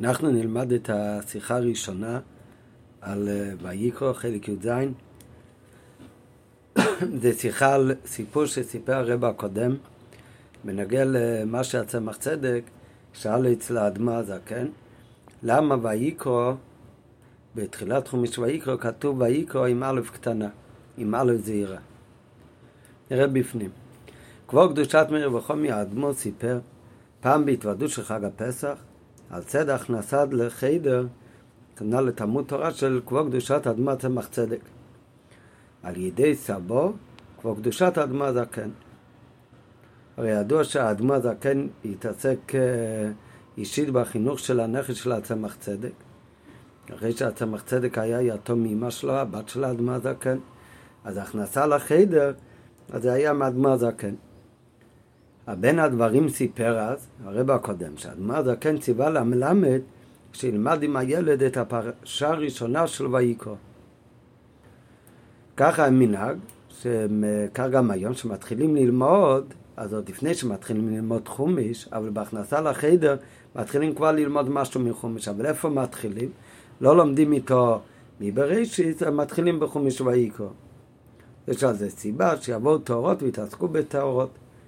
אנחנו נלמד את השיחה הראשונה על ויקרא חלק י"ז. זה שיחה על סיפור שסיפר הרב הקודם בנוגע למה שהצמח צדק שאל אצל האדמה הזקן, למה ויקרא בתחילת חומש ויקרא כתוב ויקרא עם א' קטנה, עם א' זעירה. נראה בפנים. כבוד קדושת מאיר וחומי האדמו סיפר פעם בהתוועדות של חג הפסח על צד הכנסת לחדר כנ"ל לתלמוד תורה של כבוד קדושת האדמה צמח צדק על ידי סבו כבוד קדושת האדמה הזקן. הרי ידוע שהאדמה הזקן יתעסק אישית בחינוך של הנכד של הצמח צדק, אחרי שהצמח צדק היה יתום מאמא שלו, הבת של האדמה הזקן, אז הכנסה לחדר אז זה היה מאדמה הזקן. בין הדברים סיפר אז הרב הקודם שהאדמה הזקן ציווה למלמד שילמד עם הילד את הפרשה הראשונה של ויקרא. ככה המנהג, כך גם היום שמתחילים ללמוד, אז עוד לפני שמתחילים ללמוד חומש, אבל בהכנסה לחדר מתחילים כבר ללמוד משהו מחומש. אבל איפה מתחילים? לא לומדים איתו מבראשית, מתחילים בחומש ויקרא. יש על זה סיבה שיבואו תאורות ויתעסקו בתאורות,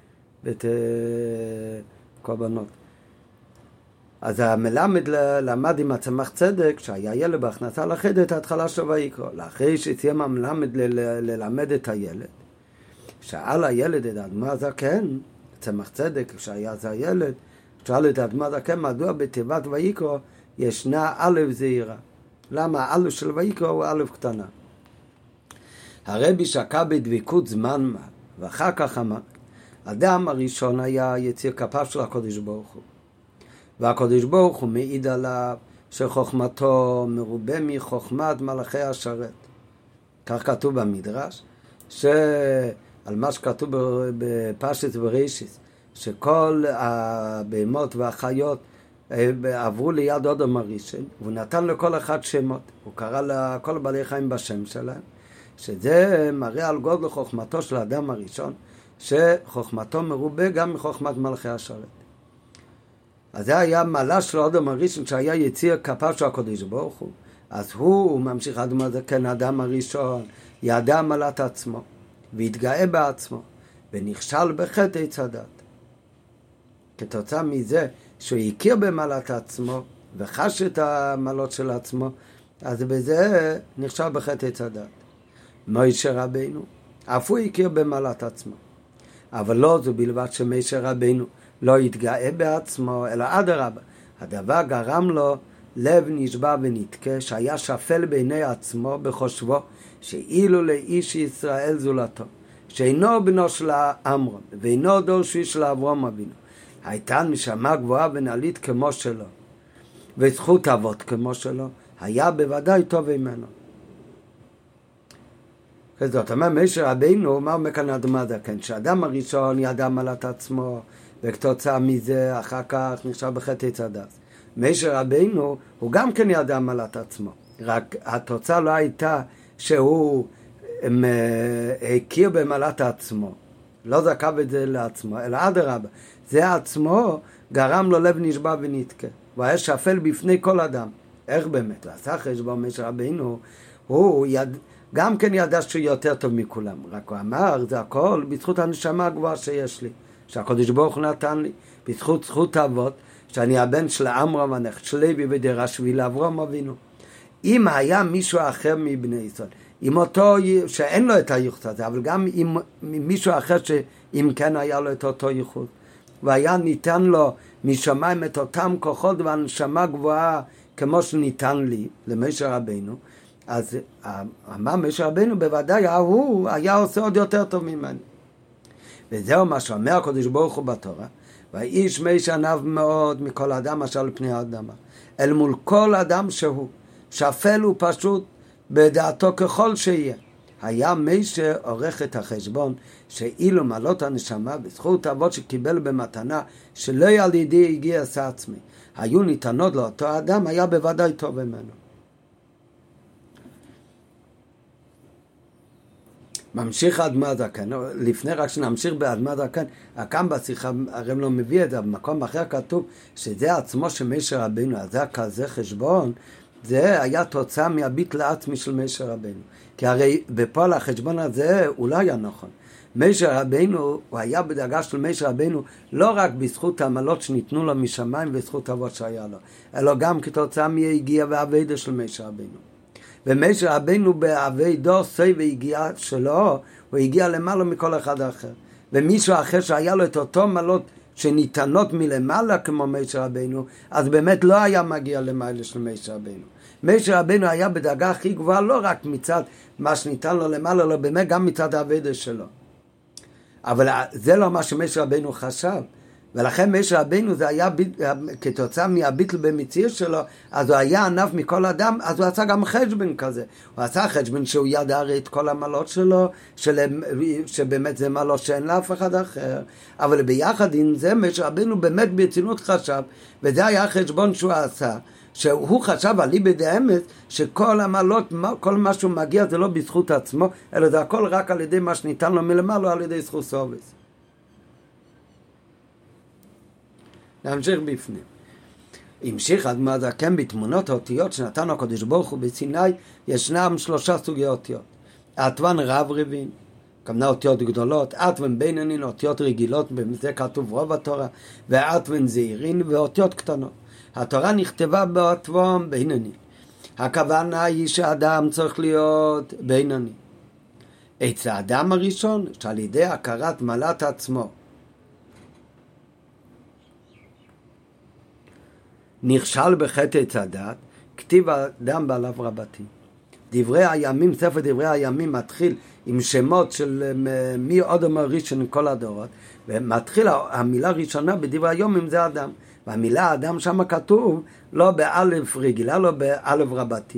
קורבנות. אז המלמד למד עם הצמח צדק שהיה ילד בהכנסה לחדר את ההתחלה של ויקרא. לאחרי שסיים המלמד ללמד את הילד, שאל הילד את האדמה הזקן, צמח צדק שהיה זה הילד, שאל את האדמה הזקן מדוע בתיבת ויקרא ישנה א' זעירה. למה א' של ויקרא הוא א' קטנה? הרבי שקע בדבקות זמן מה, ואחר כך אמר, האדם הראשון היה יציר כפיו של הקדוש ברוך הוא, והקדוש ברוך הוא מעיד עליו שחוכמתו מרובה מחוכמת מלאכי השרת. כך כתוב במדרש, על מה שכתוב בפרשת בראשית, שכל הבהמות והחיות עברו ליד אדם הראשון, והוא נתן לכל אחד שמות, הוא קרא לכל בעלי חיים בשם שלהם, שזה מראה על גודל חוכמתו של האדם הראשון, שחוכמתו מרובה גם מחוכמת מלאכי השרת. אז זה היה מעלה של האדם הראשון שהיה יציר כפיו של הקדוש ברוך הוא. אז הוא ממשיך האדם הזקן, האדם הראשון ידע מעלת עצמו והתגאה בעצמו ונכשל בחטא עץ הדת. כתוצאה מזה שהוא הכיר במעלת עצמו וחש את המעלות של עצמו, אז בזה נכשל בחטא עץ הדת. משה רבינו אף הוא הכיר במעלת עצמו, אבל לא זו בלבד שמשה רבינו לא יתגאה בעצמו, אלא אדרבה, הדבר גרם לו לב נשבע ונתקה, שהיה שפל בעיני עצמו בחושבו, שאילו לאיש ישראל זולתו, שאינו בנו של אמרון, ואינו דור שביעי של אברהם אבינו, הייתה נשמה גבוהה ונעלית כמו שלו, וזכות אבות כמו שלו, היה בוודאי טוב ממנו. זאת אומרת, משה רבינו, מה אומר כאן האדמה הזקן? שהאדם הראשון ידע מעלת עצמו, וכתוצאה מזה אחר כך נכשל בחטא עץ הדת. משה רבינו הוא גם כן ידע מעלת עצמו, רק התוצאה לא הייתה שהוא הכיר במעלת עצמו, לא זקף את זה לעצמו, אלא אדרבה, זה עצמו גרם לו לב נשבע ונתקה, והיה שפל בפני כל אדם. איך באמת? ועשה חשבון משה רבינו, הוא גם כן ידע שהוא יותר טוב מכולם, רק הוא אמר, זה הכל בזכות הנשמה הגבוהה שיש לי, שהקדוש ברוך הוא נתן לי, בזכות זכות אבות, שאני הבן של עמרם והנכד של לוי ודרש ולאברהם אבינו. אם היה מישהו אחר מבני ישראל, עם אותו, שאין לו את הייחוד הזה, אבל גם עם מישהו אחר שאם כן היה לו את אותו ייחוד, והיה ניתן לו משמיים את אותם כוחות והנשמה גבוהה כמו שניתן לי, למשה רבינו, אז אמר משה רבינו בוודאי הוא היה עושה עוד יותר טוב ממני. וזהו מה שאומר הקדוש ברוך הוא בתורה, והאיש משה ענב מאוד מכל אדם אשר על פני האדמה, אל מול כל אדם שהוא שפל ופשוט בדעתו ככל שיהיה. היה משה עורך את החשבון שאילו מעלות הנשמה בזכות אבות שקיבל במתנה שלא על ידי הגיע עשה עצמי היו ניתנות לאותו אדם, היה בוודאי טוב ממנו. ממשיך האדמו"ר הזקן, לפני רק שנמשיך באדמו"ר הזקן, כאן בשיחה הרב לא מביא את זה, במקום אחר כתוב שזה עצמו של משה רבינו, אז זה כזה חשבון, זה היה תוצאה מהביט לעצמי של משה רבינו, כי הרי בפועל החשבון הזה הוא לא היה נכון. משה רבינו, הוא היה בדרגה של משה רבינו לא רק בזכות העמלות שניתנו לו משמיים וזכות אבות שהיה לו, אלא גם כתוצאה מהגיע והעבודה של משה רבינו. ומשה רבינו בעבודתו סי והגיע שלו, הוא הגיע למעלה מכל אחד אחר. ומישהו אחר שהיה לו את אותו מעלות שניתנות מלמעלה כמו משה רבינו, אז באמת לא היה מגיע למעלה של משה רבינו. משה רבינו היה בדרגה הכי גבוהה לא רק מצד מה שניתן לו למעלה, אלא באמת גם מצד העבודה שלו. אבל זה לא מה שמשה רבינו חשב. ולכן משה רבינו זה היה כתוצאה מהביטל במציר שלו, אז הוא היה ענף מכל אדם, אז הוא עשה גם חשבון כזה. הוא עשה חשבון שהוא ידע הרי את כל המעלות שלו, שבאמת זה מעלות שאין לאף אחד אחר. אבל ביחד עם זה משה רבינו באמת ברצינות חשב, וזה היה החשבון שהוא עשה, שהוא חשב על ליבד האמת, שכל המעלות, כל מה שהוא מגיע זה לא בזכות עצמו, אלא זה הכל רק על ידי מה שניתן לו מלמעלה, על ידי זכות סובס. נמשיך בפנים. המשיך האדמו"ר הזקן בתמונות האותיות שנתן הקדוש ברוך הוא בסיני, ישנם 3 סוגי אותיות. עטוון רב רבין, כמובן אותיות גדולות, עטוון בינונין, אותיות רגילות, בזה כתוב רוב התורה, ועטוון זעירין ואותיות קטנות. התורה נכתבה בעטוון בינוני. הכוונה היא שהאדם צריך להיות בינוני. אצל האדם הראשון, שעל ידי הכרת מעלת עצמו, נכשל בחטא עץ הדת, כתיב האדם בעליו רבתי. דברי הימים, ספר דברי הימים מתחיל עם שמות של מי אדם הראשון כל הדורות, ומתחיל המילה הראשונה בדברי הימים זה אדם, והמילה אדם שם כתוב לא באלף רגילה, לא באלף רבתי.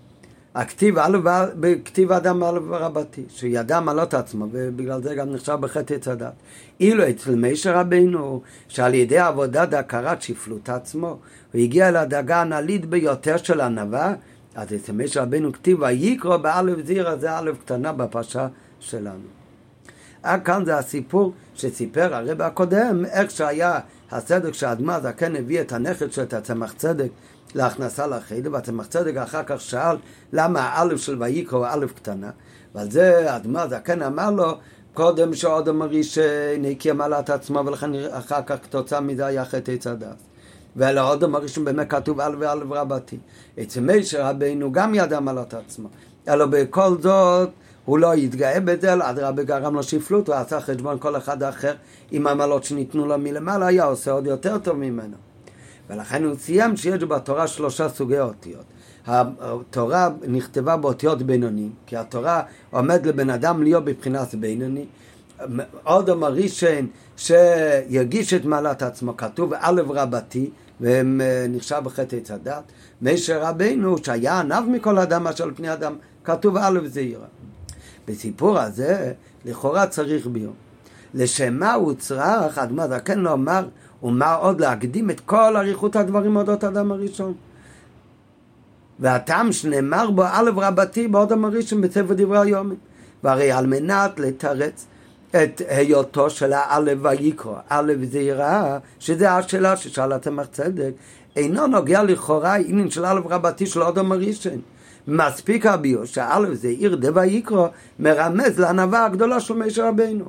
בכתיב אדם באלף רבתי, שידע מעלות עצמו, ובגלל זה גם נחשב בחטא עץ הדת. אילו אצל משה רבינו, שעל ידי עבודת הכרת שפלות עצמו, הוא הגיע לדרגה הנעלית ביותר של ענווה, אז אצל משה רבינו כתיב ויקרא באלף זעירה, זה אלף קטנה בפרשה שלנו. כאן זה הסיפור שסיפר הרב הקודם, איך שהיה הסדר כשהאדמו"ר הזקן הביא את הנכד של הצמח צדק להכנסה לחדר, והצמח צדק אחר כך שאל למה האלף של ויקרא הוא אלף קטנה, ועל זה האדמו"ר הזקן אמר לו קודם שאדם הראשון הקיע מעלת עצמו, ולכן אחר כך כתוצאה מזה היה חטא עץ הדת. ועל האדם הראשון באמת כתוב אלף ואלף רבתי. אצל משה רבינו גם ידע מעלת עצמו, אלא בכל זאת הוא לא יתגאה בזה, אדרבה גרם לו שפלות, הוא עשה חשבון כל אחד אחר עם המעלות שניתנו לו מלמעלה, היה עושה עוד יותר טוב ממנו. ולכן הוא סיים שיש בתורה 3 סוגי אותיות. התורה נכתבה באותיות בינוני, כי התורה עומד לבן אדם להיות בבחינת בינוני. אדם הראשון שיגיש את מעלת עצמו, כתוב אלף רבתי, ונחשב בחטא עץ הדת. משה רבינו שהיה ענב מכל אדם אשר על פני אדם, כתוב אלף זעירה. בסיפור הזה לכאורה צריך ביום. לשם מה הוא צריך, האדמו"ר הזקן לא אמר, ומה עוד להקדים את כל אריכות הדברים אודות האדם הראשון. והטעם שנאמר בו אלף רבתי באדם הראשון בספר דברי הימים. והרי על מנת לתרץ את היותו של האלף ויקרא, אלף זעירה, שזה השאלה ששאל הצמח צדק, אינו נוגע לכאורה עניין של אלף רבתי של האדם הראשון. מספיק הביור שהאלף זעיר דווה יקרא מרמז לענווה הגדולה של משה רבינו.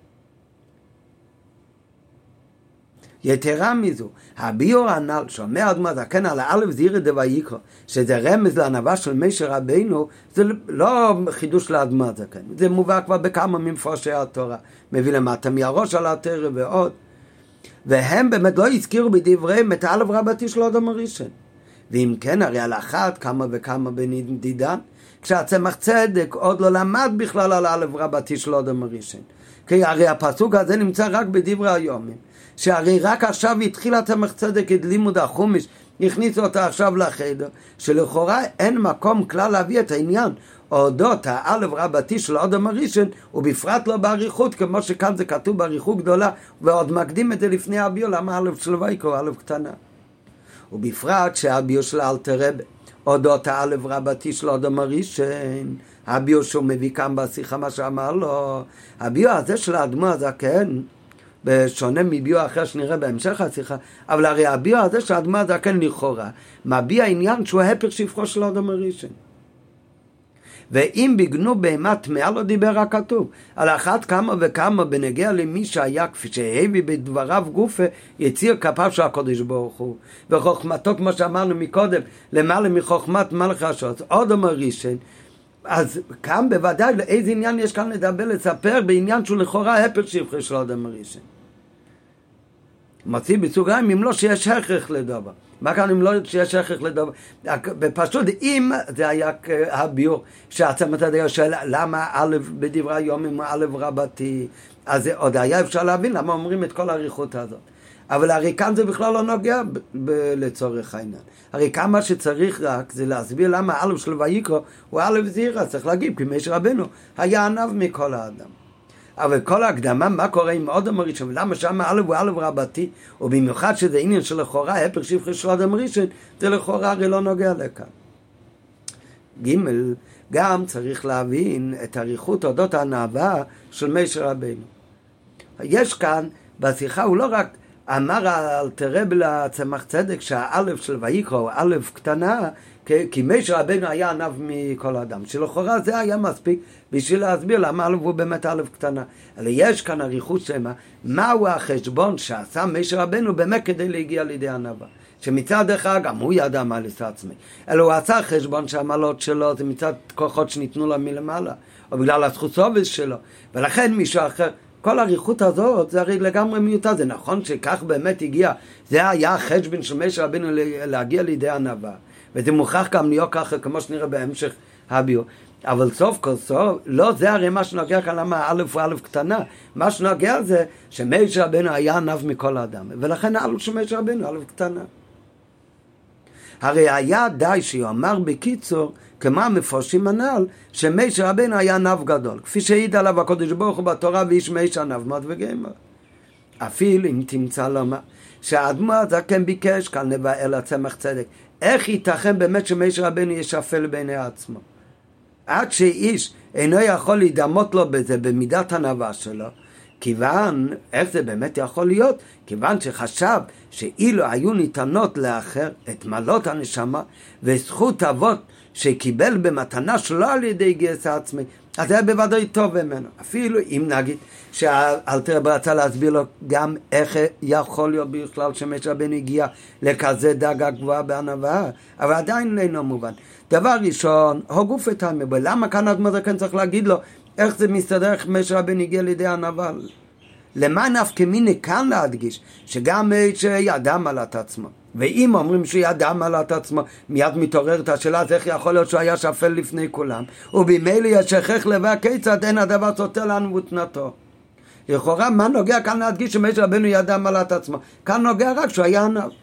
יתרה מזו, הביור הנ"ל שאומר האדמו"ר הזקן על האלף זעיר דווה יקרא, שזה רמז לענווה של משה רבינו, זה לא חידוש לאדמו"ר הזקן, זה מובא כבר בכמה ממפרשי התורה, מביא למטה מהראש על התורה ועוד, והם באמת לא הזכירו בדבריהם את האלף רבתי של האדם הראשון. ואם כן, הרי על אחת כמה וכמה בנדידן, כשהצמח צדק עוד לא למד בכלל על האלף רבתי של האדם הראשון. כי הרי הפסוק הזה נמצא רק בדברי הימים, שהרי רק עכשיו התחיל הצמח צדק את לימוד החומש, הכניס אותה עכשיו לחדר, שלכאורה אין מקום כלל להביא את העניין אודות האלף רבתי של האדם הראשון, ובפרט לא באריכות, כמו שכאן זה כתוב באריכות גדולה, ועוד מקדים את זה לפני הביור, למה אלף של ויקרא, אלף קטנה. ובפרט שהביור של אלתר רבי אודות האלף רבתי של אדם הראשון, הביור שהוא מביא כאן בשיחה מה שאמר לו, הביור הזה של האדמו"ר הזקן, בשונה מביור אחר שנראה בהמשך השיחה, אבל הרי הביור הזה של האדמו"ר הזקן לכאורה, מביע עניין שהוא הפך שפחו של אדם הראשון. ואם בגנו בהמה טמאה לא דיבר הכתוב, על אחת כמה וכמה בנגיע למי שהיה כפי שהביא בדבריו גופה יציר כפיו של הקדוש ברוך הוא, וחוכמתו כמו שאמרנו מקודם למעלה מחוכמת מלך השעות אדם הראשון. אז כאן בוודאי לאיזה עניין יש כאן לדבר לספר בעניין שהוא לכאורה הפך שפחו של אדם הראשון. מוציא בסוגריים אם לא שיש הכרח לדבר. מה כאן אם לא שיש הכרח לדבר? בפשוט אם זה היה הביור שהעצמת הדעה של למה א' בדברי היום עם א' רבתי, אז עוד היה אפשר להבין למה אומרים את כל האריכות הזאת. אבל הרי כאן זה בכלל לא נוגע לצורך העניין. הרי כאן מה שצריך רק זה להסביר למה א' של ויקרא הוא א' זעירא, צריך להגיד כי משה רבנו היה עניו מכל האדם. אבל כל ההקדמה, מה קורה עם אדם הראשון, ולמה שם א' הוא א' רבתי, ובמיוחד שזה עניין של לכאורה, הפך שפחו של אדם הראשון, זה לכאורה הרי לא נוגע לכאן. ג' גם צריך להבין את אריכות אודות הענווה של משה רבנו. יש כאן, בשיחה הוא לא רק אמר אלתר רבי לצמח צדק שהאלף של ויקרא הוא אלף קטנה, כי משה רבנו היה עניו מכל האדם, שלכאורה זה היה מספיק בשביל להסביר למה אלף הוא באמת אלף קטנה. אלא יש כאן אריכות שמה, מהו החשבון שעשה משה רבנו באמת כדי להגיע לידי ענווה. שמצד אחד גם הוא ידע מה לעשות עצמי, אלא הוא עשה חשבון שהמעלות שלו זה מצד כוחות שניתנו לו מלמעלה, או בגלל הזכות סובס שלו, ולכן מישהו אחר, כל האריכות הזאת זה הרי לגמרי מיותר. זה נכון שכך באמת הגיע, זה היה החשבון של משה רבנו להגיע לידי ענווה, וזה מוכרח גם להיות ככה כמו שנראה בהמשך הביור. אבל סוף כל סוף, לא זה הרי מה שנוגע כאן למה א' הוא א' קטנה. מה שנוגע זה שמשה רבנו היה עניו מכל האדם, ולכן א' של משה רבנו א' קטנה. הרי היה די שיאמר בקיצור, כמו המפרשים הנ"ל, שמשה רבנו היה עניו גדול, כפי שהעיד עליו הקדוש ברוך הוא בתורה, ואיש משה עניו מאוד וגמר. אפילו אם תמצא למה, שהאדמו"ר הזקן ביקש כאן לבאר לצמח צדק, איך ייתכן באמת שמשה רבנו ישפל בעיני עצמו? עד שאיש אינו יכול להידמות לו בזה במידת ענווה שלו, כיוון, איך זה באמת יכול להיות? כיוון שחשב שאילו היו ניתנות לאחר את מעלות הנשמה וזכות אבות שקיבל במתנה שלא על ידי גייס העצמי, אז זה היה בוודאי טוב ממנו. אפילו אם נגיד שאלתר רבי רצה להסביר לו גם איך יכול להיות בכלל שמשה רבנו הגיע לכזה דרגה גבוהה בענווה, אבל עדיין אינו מובן. דבר ראשון, הגוף את המבוא, למה כאן האדמו"ר הזקן צריך להגיד לו איך זה מסתדר, איך משה רבנו הגיע לידי ענווה? למען נפקא מינה כאן להדגיש שגם משה ידע מעלת עצמו, ואם אומרים שהוא ידע מעלת עצמו, מיד מתעוררת השאלה אז איך יכול להיות שהוא היה שפל לפני כולם, ובמילא ישכח לבד כיצד אין הדבר סותר לענוותנתו. לכאורה מה נוגע כאן להדגיש שמשה רבנו ידע מעלת עצמו? כאן נוגע רק שהוא היה עניו.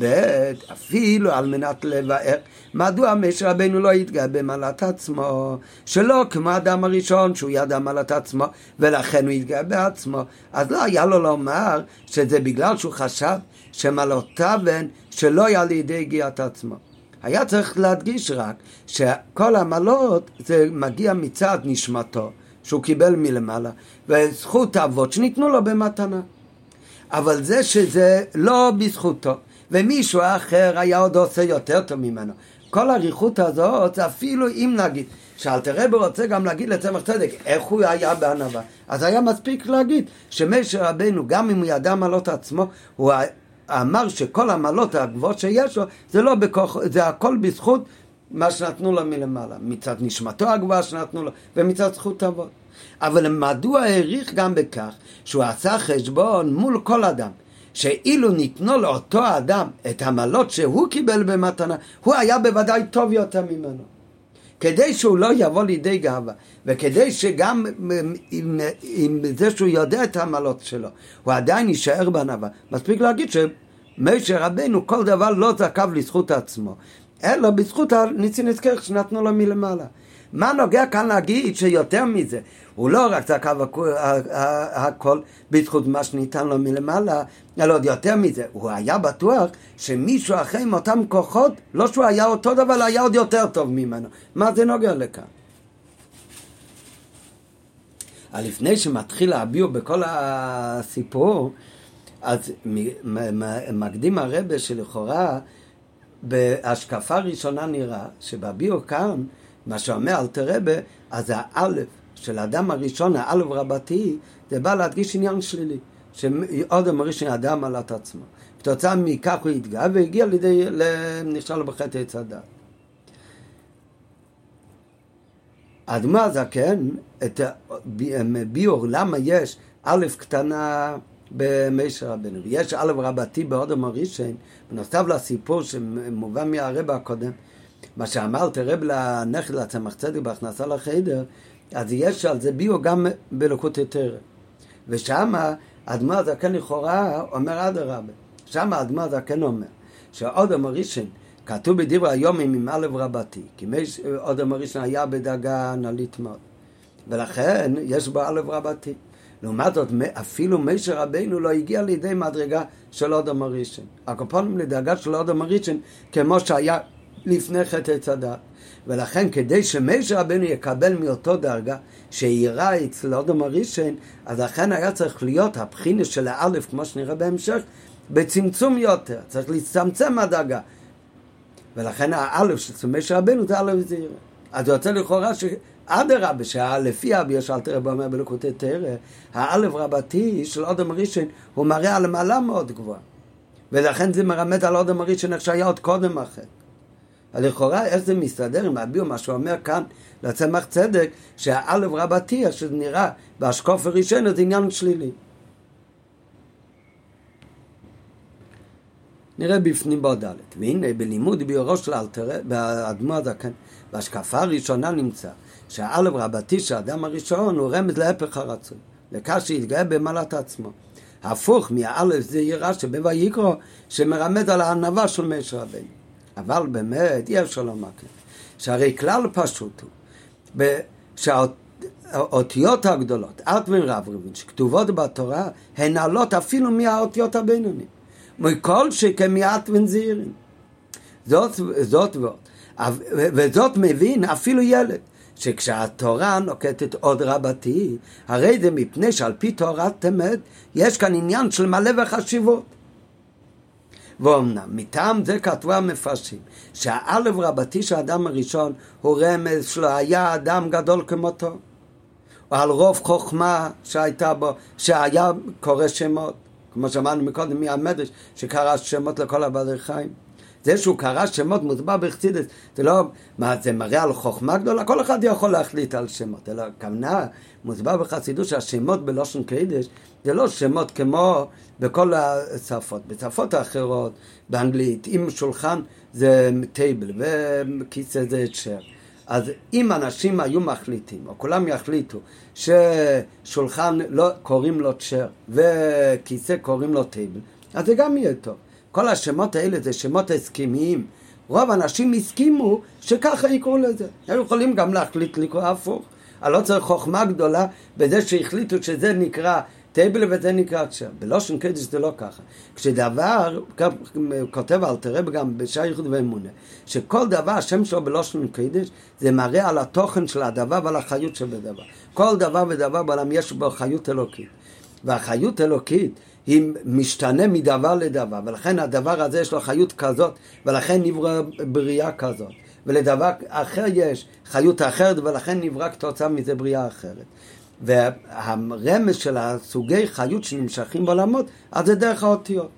אפילו על מנת לבאר מדוע משה רבנו לא יתגאה במעלת עצמו, שלא כמו האדם הראשון שהוא ידע מעלת עצמו ולכן הוא יתגאה בעצמו, אז לא היה לו לומר שזה בגלל שהוא חשב שמעלותיו הן שלא היה לידי יגיעת עצמו. היה צריך להדגיש רק שכל המעלות זה מגיע מצד נשמתו שהוא קיבל מלמעלה וזכות האבות שניתנו לו במתנה, אבל זה שזה לא בזכותו ומישהו אחר היה עוד עושה יותר טוב ממנו. כל האריכות הזאת, אפילו אם נגיד שאלתר רבי רוצה גם להגיד לצמח צדק איך הוא היה בענווה, אז היה מספיק להגיד שמשה רבנו גם אם הוא ידע מעלות עצמו, הוא אמר שכל המעלות הגבוהות שיש לו זה לא בכוח, זה הכל בזכות מה שנתנו לו מלמעלה, מצד נשמתו הגבוהה שנתנו לו ומצד זכות אבות. אבל מדוע העריך גם בכך שהוא עשה חשבון מול כל אדם, שאילו ניתנו לאותו האדם את המעלות שהוא קיבל במתנה, הוא היה בוודאי טוב יותר ממנו. כדי שהוא לא יבוא לידי גאווה, וכדי שגם עם זה שהוא יודע את המעלות שלו, הוא עדיין יישאר בענווה. מספיק להגיד שמשה רבנו כל דבר לא זקף לזכות עצמו, אלא בזכות הניסי נזכר שנתנו לו מלמעלה. מה נוגע כאן להגיד שיותר מזה? הוא לא רק זכה הכל בזכות מה שניתן לו מלמעלה, אלא עוד יותר מזה. הוא היה בטוח שמישהו אחרי עם אותם כוחות, לא שהוא היה אותו דבר, היה עוד יותר טוב ממנו. מה זה נוגע לכאן? לפני שמתחיל להביע בכל הסיפור, אז מקדים הרבה שלכאורה בהשקפה ראשונה נראה שבביאו כאן, מה שאומר אלתר רבי, אז האלף של האדם הראשון, האלף רבתי, זה בא להדגיש עניין שלילי, שאדם הראשון האדם על את עצמו. בתוצאה מכך הוא התגאה והגיע לידי, נכשל בחטא עץ הדת. האדמו"ר הזקן, את ביור, למה יש א' קטנה במשה רבנו, ויש א' רבתי באדם הראשון, בנוסף לסיפור שמובן מהרבא הקודם, מה שאמרת רב לנכד לצמח צדק בהכנסה לחדר, אז יש על זה ביור גם בלוקות תורה. ושם האדמו"ר הזקן לכאורה אומר אדרבה. שם האדמו"ר הזקן אומר שהאדם הראשון כתוב בדברי היומים עם א' רבתי, כי האדם הראשון היה בדרגה נעלית מאוד, ולכן יש בו א' רבתי. לעומת זאת, אפילו משה רבנו לא הגיע לידי מדרגה של האדם הראשון. הקופונים לדרגה של האדם הראשון כמו שהיה לפני חטא עץ הדת. ולכן כדי שמשה רבנו יקבל מאותו דרגה שיראה אצל האדם הראשון, אז לכן היה צריך להיות הבחינה של האלף, כמו שנראה בהמשך, בצמצום יותר. צריך להצטמצם מהדרגה. ולכן האלף של משה רבנו זה אלף זעיר. אז זה יוצא לכאורה אדרבה, שלפי אבי שאלתר רבי אומר בלוקותי תורה, האלף רבתי של האדם הראשון הוא מראה על מעלה מאוד גבוהה. ולכן זה מרמז על האדם הראשון איך שהיה עוד קודם אחר. לכאורה איך זה מסתדר עם הביאו מה שהוא אומר כאן לצמח צדק, שהאלף רבתי שזה נראה בהשקוף הראשון זה עניין שלילי. נראה בפנים בעוד ד', והנה בלימוד ביורו של באדמו"ר הזקן, בהשקפה הראשונה נמצא שהאלף רבתי של האדם הראשון הוא רמז להפך הרצוי, לכך שיתגאה במעלת עצמו. הפוך מהאלף זה יראה שבויקרא שמרמז על הענווה של משה רבנו. אבל באמת אי אפשר לומר כן, שהרי כלל פשוט הוא שהאותיות הגדולות, ארתמן רב רבין, שכתובות בתורה, הן עלות אפילו מהאותיות הבינוניים. מכל שכמעט ונזירים. זאת ועוד. וזאת מבין אפילו ילד, שכשהתורה נוקטת עוד רבתי, הרי זה מפני שעל פי תורת אמת, יש כאן עניין של מלא וחשיבות. ואומנם, מטעם זה כתבו המפרשים, שהאלף רבתי של האדם הראשון, הוא רמז שלו היה אדם גדול כמותו. ועל רוב חוכמה שהייתה בו, שהיה קורא שמות. כמו שאמרנו מקודם מהמדרש שקרא שמות לכל הבעלי חיים. זה שהוא קרא שמות מוסבר בחסידות, זה לא, מה זה מראה על חוכמה גדולה? כל אחד יכול להחליט על שמות, אלא כוונה מוסבר בחסידות שהשמות בלושן קודש זה לא שמות כמו בכל השפות, בשפות האחרות, באנגלית, עם שולחן זה טייבל וכיסא זה צ'ר. אז אם אנשים היו מחליטים, או כולם יחליטו, ששולחן לא קוראים לו צ'ר, וכיסא קוראים לו טייבל, אז זה גם יהיה טוב. כל השמות האלה זה שמות הסכמיים. רוב האנשים הסכימו שככה יקראו לזה. הם יכולים גם להחליט לקרוא הפוך. אני לא צריך חוכמה גדולה בזה שהחליטו שזה נקרא טייבל וזה נקרא צ'ר. בלושן קודש זה לא ככה. כשדבר, כותב אלתר רבי גם בשער ייחוד ואמונה, שכל דבר, השם שלו בלושן קודש, זה מראה על התוכן של הדבר ועל החיות של הדבר. כל דבר ודבר בעולם יש בו חיות אלוקית. והחיות אלוקית היא משתנה מדבר לדבר, ולכן הדבר הזה יש לו חיות כזאת, ולכן נברא בריאה כזאת. ולדבר אחר יש חיות אחרת, ולכן נברא כתוצאה מזה בריאה אחרת. והרמז של הסוגי חיות שנמשכים בעולמות, אז זה דרך האותיות.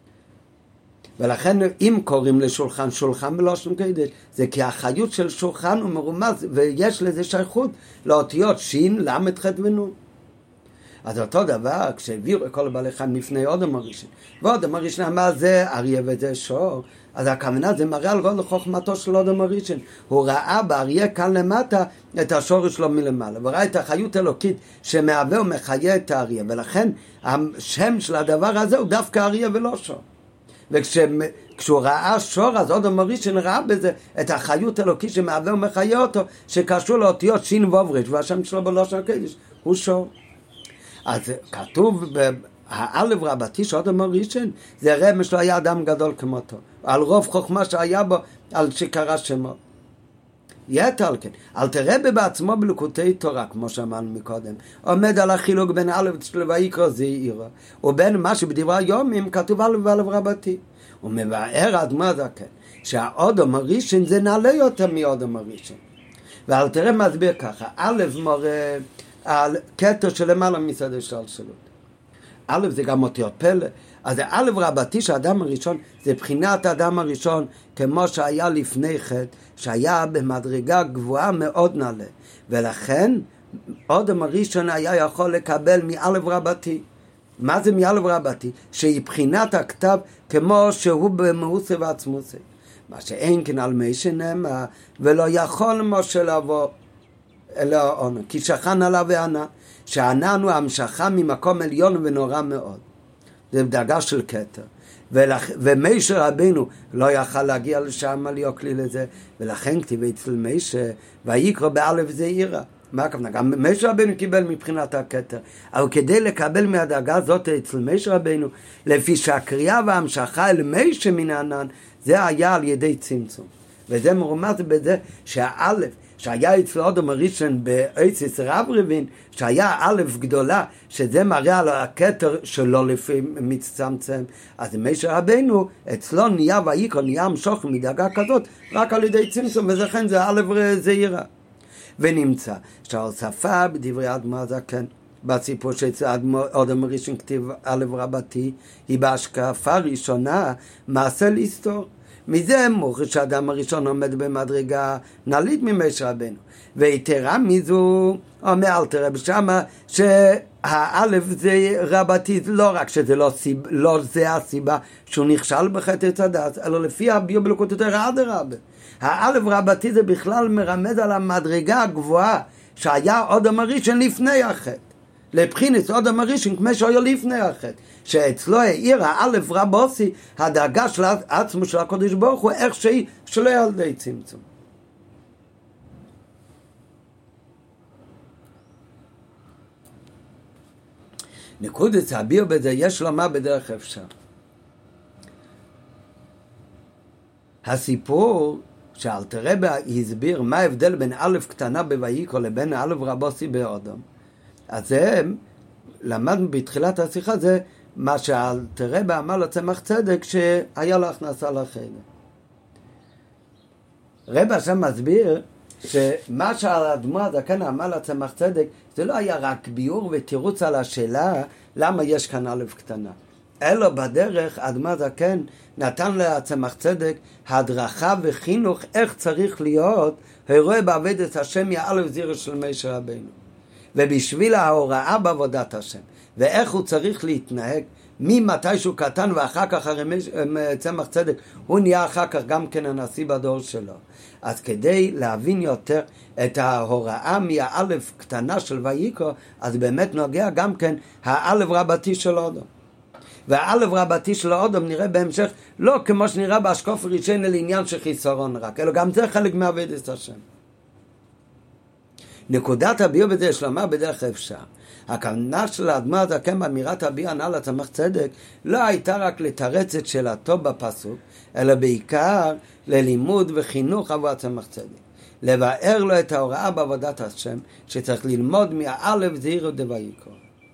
ולכן אם קוראים לשולחן שולחן בלושן קודש, זה כי החיות של שולחן הוא מרומז, ויש לזה שייכות לאותיות שין, למד, ח' ונון. אז אותו דבר, כשהביאו כל בעלי חיים לפני אדם הראשון, ואדם הראשון אמר זה אריה וזה שור, אז הכוונה זה מראה על גודל חוכמתו של אדם הראשון. הוא ראה באריה כאן למטה את השורש שלו מלמעלה, וראה את החיות אלוקית שמהווה ומחיה את האריה, ולכן השם של הדבר הזה הוא דווקא אריה ולא שור. וכשהוא ראה שור, אז אדם הראשון ראה בזה את החיות אלוקי שמהווה ומחיה אותו, שקשור לאותיות שין וברש, והשם שלו בלושן הקודש הוא שור. אז כתוב האלף רבתי של אדם הראשון, זה רמז שלו היה אדם גדול כמותו, על רוב חוכמה שהיה בו, על שקרא שמו. יתר כן, אל תראה בעצמו בליקוטי תורה, כמו שאמרנו מקודם, עומד על החילוק בין א' של ויקרא זעירא, ובין מה שבדברי היומים כתוב א' ואלף רבתי. הוא מבאר האדמו"ר הזקן, שהאדם הראשון זה נעלה יותר מאדם הראשון. ואל תראה מסביר ככה, א' מורה על כתר שלמעלה מסדר השתלשלות. א' זה גם אותיות פלא, אז א' רבתי שהאדם הראשון זה בחינת האדם הראשון כמו שהיה לפני חטא, שהיה במדרגה גבוהה מאוד נעלה, ולכן האדם הראשון היה יכול לקבל מא' רבתי. מה זה מא' רבתי? שהיא בחינת הכתב כמו שהוא במאוסה ועצמוסה. מה שאין כן על מי שנאמר, ולא יכול משה לבוא אל העונה, כי שכן עליו וענה, שענן הוא המשכה ממקום עליון ונורא מאוד. זה דרגה של כתר. ומשה רבינו לא יכל להגיע לשם להיות כלי לזה, ולכן כתיב אצל משה, ויקרא באלף זעירא. מה הכוונה? גם משה רבינו קיבל מבחינת הכתר, אבל כדי לקבל מהדרגה הזאת אצל משה רבינו, לפי שהקריאה וההמשכה אל משה מן הענן, זה היה על ידי צמצום. וזה מרומז בזה שהאלף, שהיה אצל אדם הראשון באציס רב רבין, שהיה א' גדולה, שזה מראה על הכתר שלו לפי מצטמצם. אז משה רבינו, אצלו נהיה ויקרא, נהיה המשוך מדרגה כזאת, רק על ידי צמצום, ולכן זה א' זעירא. ונמצא שההוספה בדברי האדמו"ר הזקן, בסיפור שאצל אדם הראשון כתיב א' רבתי, היא בהשקפה ראשונה מעשה להיסטור. מזה מוכר שהאדם הראשון עומד במדרגה נעלית ממשה רבינו. ויתרה מזו, אומר אל תראה בשמה, שהאלף זה רבתי, לא רק שזה לא זה הסיבה שהוא נכשל בחטא עץ הדעת, אלא לפי הביאו בליקוטי תורה אדרבה. האלף רבתי זה בכלל מרמז על המדרגה הגבוהה שהיה אדם הראשון לפני החטא. לבחינת אדם הראשון כמו שהיה לפני החטא, שאצלו העיר האלף רבוסי, הדרגה של עצמו של הקדוש ברוך הוא, איך שהיא שלא על ידי צמצום. נקודת הביאו בזה יש לומר בדרך אפשר. הסיפור שאלתר רבי הסביר מה ההבדל בין א' קטנה בויקרא לבין א' רבוסי באדם, אז זה למדנו בתחילת השיחה, זה מה שאלתר רבי אמר לצמח צדק שהיה לו הכנסה לחדר. רבי השם מסביר שמה שהאדמו"ר הזקן אמר לצמח צדק זה לא היה רק ביאור ותירוץ על השאלה למה יש כאן א' קטנה, אלא בדרך האדמו"ר הזקן נתן לצמח צדק הדרכה וחינוך איך צריך להיות הרואה בעבודת השם מאלף זעירא של משה רבינו, ובשביל ההוראה בעבודת השם ואיך הוא צריך להתנהג ממתי שהוא קטן ואחר כך הרי צמח צדק הוא נהיה אחר כך גם כן הנשיא בדור שלו. אז כדי להבין יותר את ההוראה מהאלף קטנה של ויקרא, אז באמת נוגע גם כן האלף רבתי של אדם. והאלף רבתי של האדם נראה בהמשך לא כמו שנראה בהשקוף ראשון לעניין של חיסרון רק, אלא גם זה חלק מעבודת השם. נקודת הביאו בזה יש לומר בדרך אפשר. הכוונה של האדמו"ר הזקן באמירת הביאו ענה לצמח צדק לא הייתה רק לתרץ את שאלתו בפסוק, אלא בעיקר ללימוד וחינוך עבור הצמח צדק. לבאר לו את ההוראה בעבודת השם שצריך ללמוד מהאלף זעירא דויקרא.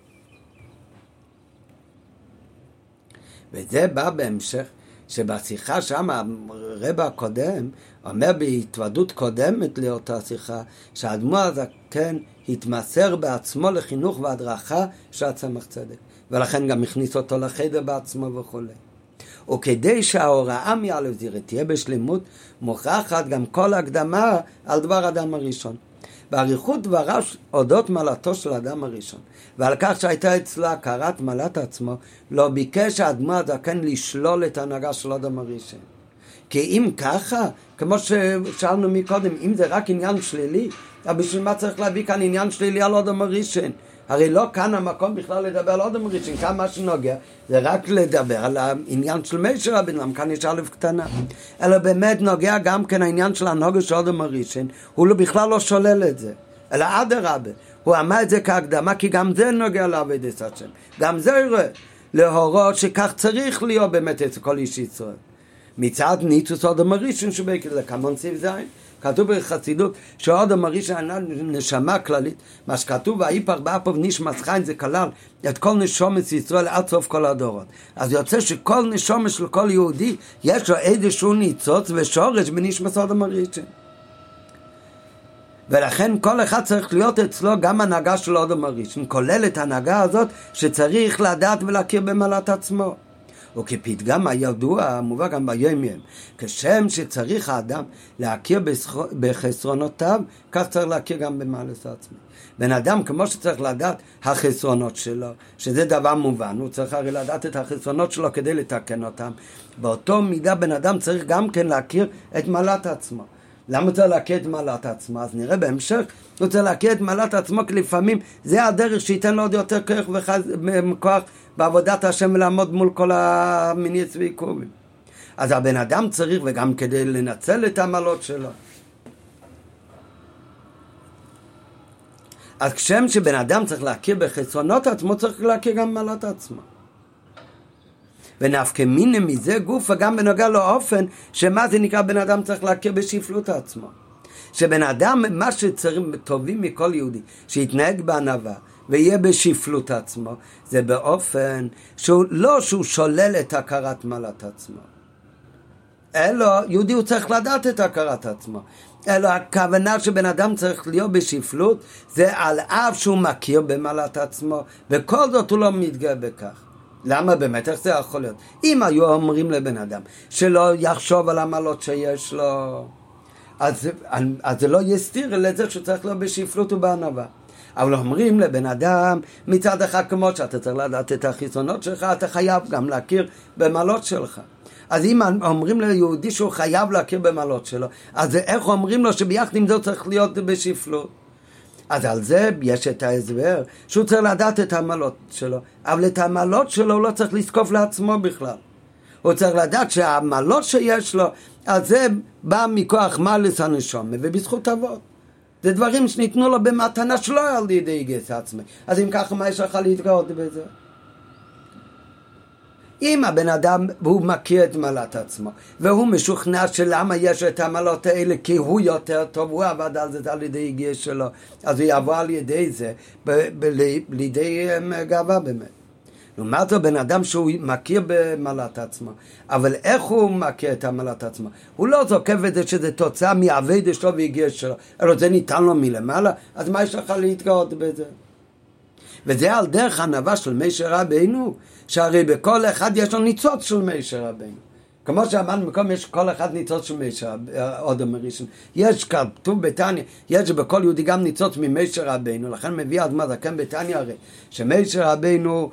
וזה בא בהמשך שבשיחה שם הרב הקודם אומר בהתוודות קודמת לאותה שיחה שהאדמו"ר הזקן התמסר בעצמו לחינוך והדרכה של הצמח צדק, ולכן גם הכניס אותו לחדר בעצמו וכו'. וכדי שההוראה מאלף זעירא תהיה בשלמות מוכרחת גם כל הקדמה על דבר אדם הראשון. באריכות דבריו אודות מעלתו של האדם הראשון ועל כך שהייתה אצלה הכרת מעלת עצמו, לא ביקש האדמו"ר הזקן לשלול את ההנהגה של האדם הראשון. כי אם ככה, כמו ששאלנו מקודם, אם זה רק עניין שלילי, אז בשביל מה צריך להביא כאן עניין שלילי על האדם הראשון? הרי לא כאן המקום בכלל לדבר על אדם הראשון, כאן מה שנוגע זה רק לדבר על העניין של משה רבנו, למה כאן יש א' קטנה, אלא באמת נוגע גם כן העניין של הנוגע של אדם הראשון, הוא בכלל לא שולל את זה, אלא אדרבה, הוא אמר את זה כהקדמה, כי גם זה נוגע לעבודת השם, גם זה יראה להורות שכך צריך להיות באמת את כל איש ישראל. מצד ניצוץ אדם הראשון שבקד לכמון סיב זין, כתוב בחסידות שהאדם הראשון נשמה כללית, מה שכתוב והאיפך באפוב נשמת חיים זה כלל את כל נשומת ישראל עד סוף כל הדורות. אז יוצא שכל נשומת של כל יהודי יש לו איזשהו ניצוץ ושורש בנשמת אדם הראשון, ולכן כל אחד צריך להיות אצלו גם הנהגה של אדם הראשון, כולל את ההנהגה הזאת שצריך לדעת ולהכיר במעלת עצמו. וכפתגם הידוע המובא גם ביום-יום, כשם שצריך האדם להכיר בחסרונותיו, כך צריך להכיר גם במעלת עצמו. בן אדם כמו שצריך לדעת החסרונות שלו, שזה דבר מובן, הוא צריך הרי לדעת את החסרונות שלו כדי לתקן אותם. באותו מידה בן אדם צריך גם כן להכיר את מעלת עצמו. למה צריך להכיר את מעלת עצמו? אז נראה בהמשך, הוא צריך להכיר את מעלת עצמו, כי לפעמים זה הדרך שייתן לו עוד יותר כוח בעבודת השם ולעמוד מול כל המניעים ועיכובים. אז הבן אדם צריך, וגם כדי לנצל את המעלות שלו. אז כשם שבן אדם צריך להכיר בחסרונות עצמו, צריך להכיר גם מעלת עצמו. ונפקא מינה מזה גוף וגם בנוגע לאופן שמה זה נקרא בן אדם צריך להכיר בשפלות עצמו. שבן אדם מה שצריך טובים מכל יהודי שיתנהג בענווה ויהיה בשפלות עצמו, זה באופן שהוא שולל את הכרת מעלת עצמו, אלא יהודי הוא צריך לדעת את הכרת עצמו, אלא הכוונה שבן אדם צריך להיות בשפלות זה על אף שהוא מכיר במעלת עצמו וכל זאת הוא לא מתגאה בכך. למה באמת? איך זה יכול להיות? אם היו אומרים לבן אדם שלא יחשוב על המעלות שיש לו, אז זה לא יסתיר לזה שצריך להיות בשפלות ובענווה. אבל אומרים לבן אדם מצד אחד כמו שאתה צריך לדעת את החסרונות שלך, אתה חייב גם להכיר במעלות שלך. אז אם אומרים ליהודי שהוא חייב להכיר במעלות שלו, אז איך אומרים לו שביחד עם זה צריך להיות בשפלות? אז על זה יש את ההסבר שהוא צריך לדעת את המעלות שלו, אבל את המעלות שלו הוא לא צריך לזקוף לעצמו בכלל. הוא צריך לדעת שהמעלות שיש לו, אז זה בא מכוח מעלת הנשמה ובזכות אבות. זה דברים שניתנו לו במתנה שלו על ידי גס עצמי. אז אם ככה מה יש לך להתגאות בזה? אם הבן אדם הוא מכיר את מעלת עצמו והוא משוכנע שלמה יש את המעלות האלה כי הוא יותר טוב, הוא עבד על זה על ידי גס שלו, אז הוא יבוא על ידי זה לידי גאווה באמת. לעומת זאת בן אדם שהוא מכיר במעלת עצמו, אבל איך הוא מכיר את המעלת עצמו? הוא לא זוקף את זה שזה תוצאה מעבד שלו והגיע שלו, אלא זה ניתן לו מלמעלה, אז מה יש לך להתגאות בזה? וזה על דרך ענווה של משה רבנו, שהרי בכל אחד יש לו ניצוץ של משה רבנו. כמו שאמרנו מקום יש כל אחד ניצוץ של משה אדם הראשון. יש כתוב בתניא, יש בכל יהודי גם ניצוץ ממשה רבנו, לכן מביא אדמו"ר הזקן בתניא הרי, שמשה רבנו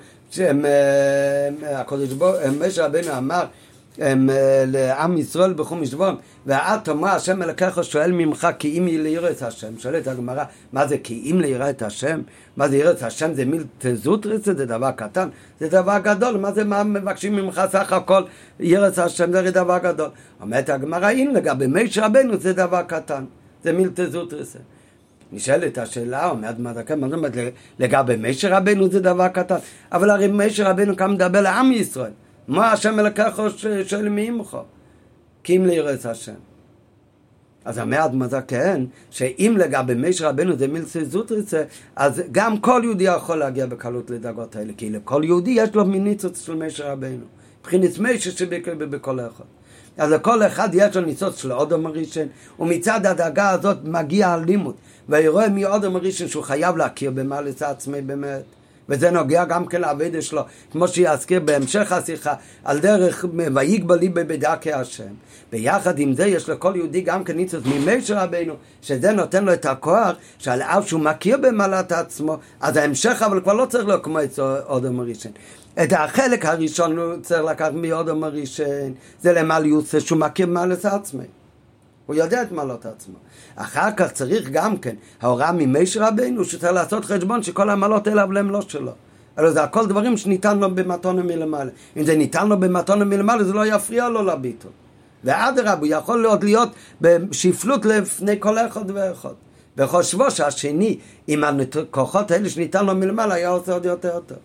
משה רבנו אמר לעם ישראל בכל משדבון, ואת תאמר השם אלוקיך שואל ממך כי אם ליראה את השם. שואלת הגמרא, מה זה כי אם ליראה את השם? מה זה יראה את השם? זה מילתא זוטרתא, זה דבר קטן, זה דבר גדול. מה מבקשים ממך סך הכל? יראה את השם זה דבר גדול. אומרת הגמרא, אם לגבי משה רבנו זה דבר קטן, זה מילתא זוטרתא. נשאלת השאלה, אומרת לגבי משה רבנו זה דבר קטן, אבל הרי משה רבנו כאן מדבר לעם ישראל. מה השם אלוקיך שואל מעמך? כי אם ליראה את השם. אז האדמו"ר הזקן, שאם לגבי משה רבנו זה מילתא זוטרתא, אז גם כל יהודי יכול להגיע בקלות לדרגות האלה, כי לכל יהודי יש לו ניצוץ של משה רבנו, מבחינת משה שבכל אחד. אז לכל אחד יש לו ניצוץ של אדם הראשון, ומצד הדרגה הזאת מגיע הלימוד, ויראה מאדם הראשון שהוא חייב להכיר במעלת עצמי באמת. וזה נוגע גם כן לעבודה שלו, כמו שיזכיר בהמשך השיחה, על דרך ויגבה ליבו בדרכי השם. ביחד עם זה יש לכל יהודי גם כן ניצוץ ממשה רבנו, שזה נותן לו את הכוח, שעל אף שהוא מכיר במעלת עצמו, אז ההמשך אבל כבר לא צריך להיות כמו את אדם הראשון. את החלק הראשון הוא צריך לקחת מאדם הראשון, זה למעלה יוצא שהוא מכיר במעלת עצמי. הוא יודע את מעלות עצמו. אחר כך צריך גם כן, ההוראה ממשה רבינו, שצריך לעשות חשבון שכל המעלות אליו להם לא שלו. אלא זה הכל דברים שניתן לו במתונה מלמעלה. אם זה ניתן לו במתונה מלמעלה, זה לא יפריע לו לביטול. ואדרבה, הוא יכול עוד להיות בשפלות לפני כל אחד ואחד. וחושבו שהשני, עם הכוחות האלה שניתן לו מלמעלה, היה עושה עוד יותר טוב.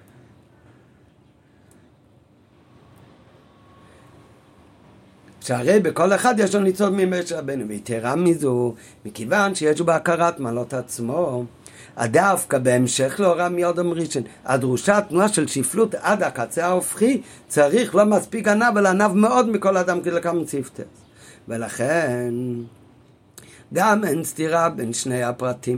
שהרי בכל אחד יש לו ניצוד ממשה רבינו, ויתרה מזו, מכיוון שיש לו בהכרת מעלות עצמו, דווקא בהמשך להוראה מאדם ראשון, הדרושה תנועה של שפלות עד הקצה ההופכי, צריך לא מספיק ענב, אלא ענב מאוד מכל אדם כדי לקום צפתס. ולכן גם אין סתירה בין שני הפרטים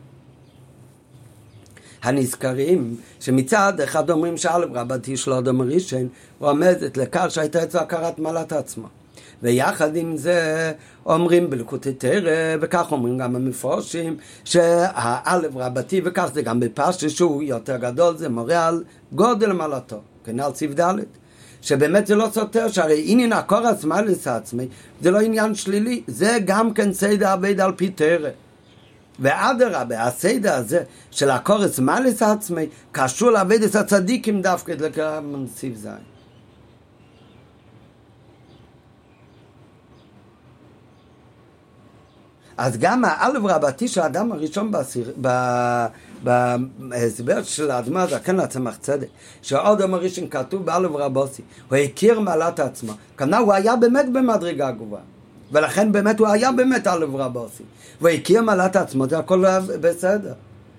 הנזכרים, שמצד אחד אומרים שאלף רבתי של אדם ראשון רומזת לכך שהייתה אצלו הכרת מעלת עצמו, ויחד עם זה אומרים בליקוטי תורה, וכך אומרים גם המפורשים, שהאלף רבתי, וכך זה גם בפשטות שהוא יותר גדול, זה מורה על גודל מעלתו, כנ"ל סעיף ד', שבאמת זה לא סותר, שהרי עניין הכורס מעלת עצמי, זה לא עניין שלילי, זה גם כן סדר עבד על פי תורה. ואדרבה, הסדר הזה של הכורס מעלת עצמי, קשור לעבד את הצדיקים דווקא לכם סעיף ז'. אז גם האלף רבתי של האדם הראשון בהסבר של האדמה הזקן לצמח צדק, שהאדם הראשון כתוב באלף רבתי, הוא הכיר מעלת עצמו, כנראה הוא היה באמת במדרגה גבוהה, ולכן באמת הוא היה באמת אלף רבתי, והוא הכיר מעלת עצמו, זה הכל בסדר.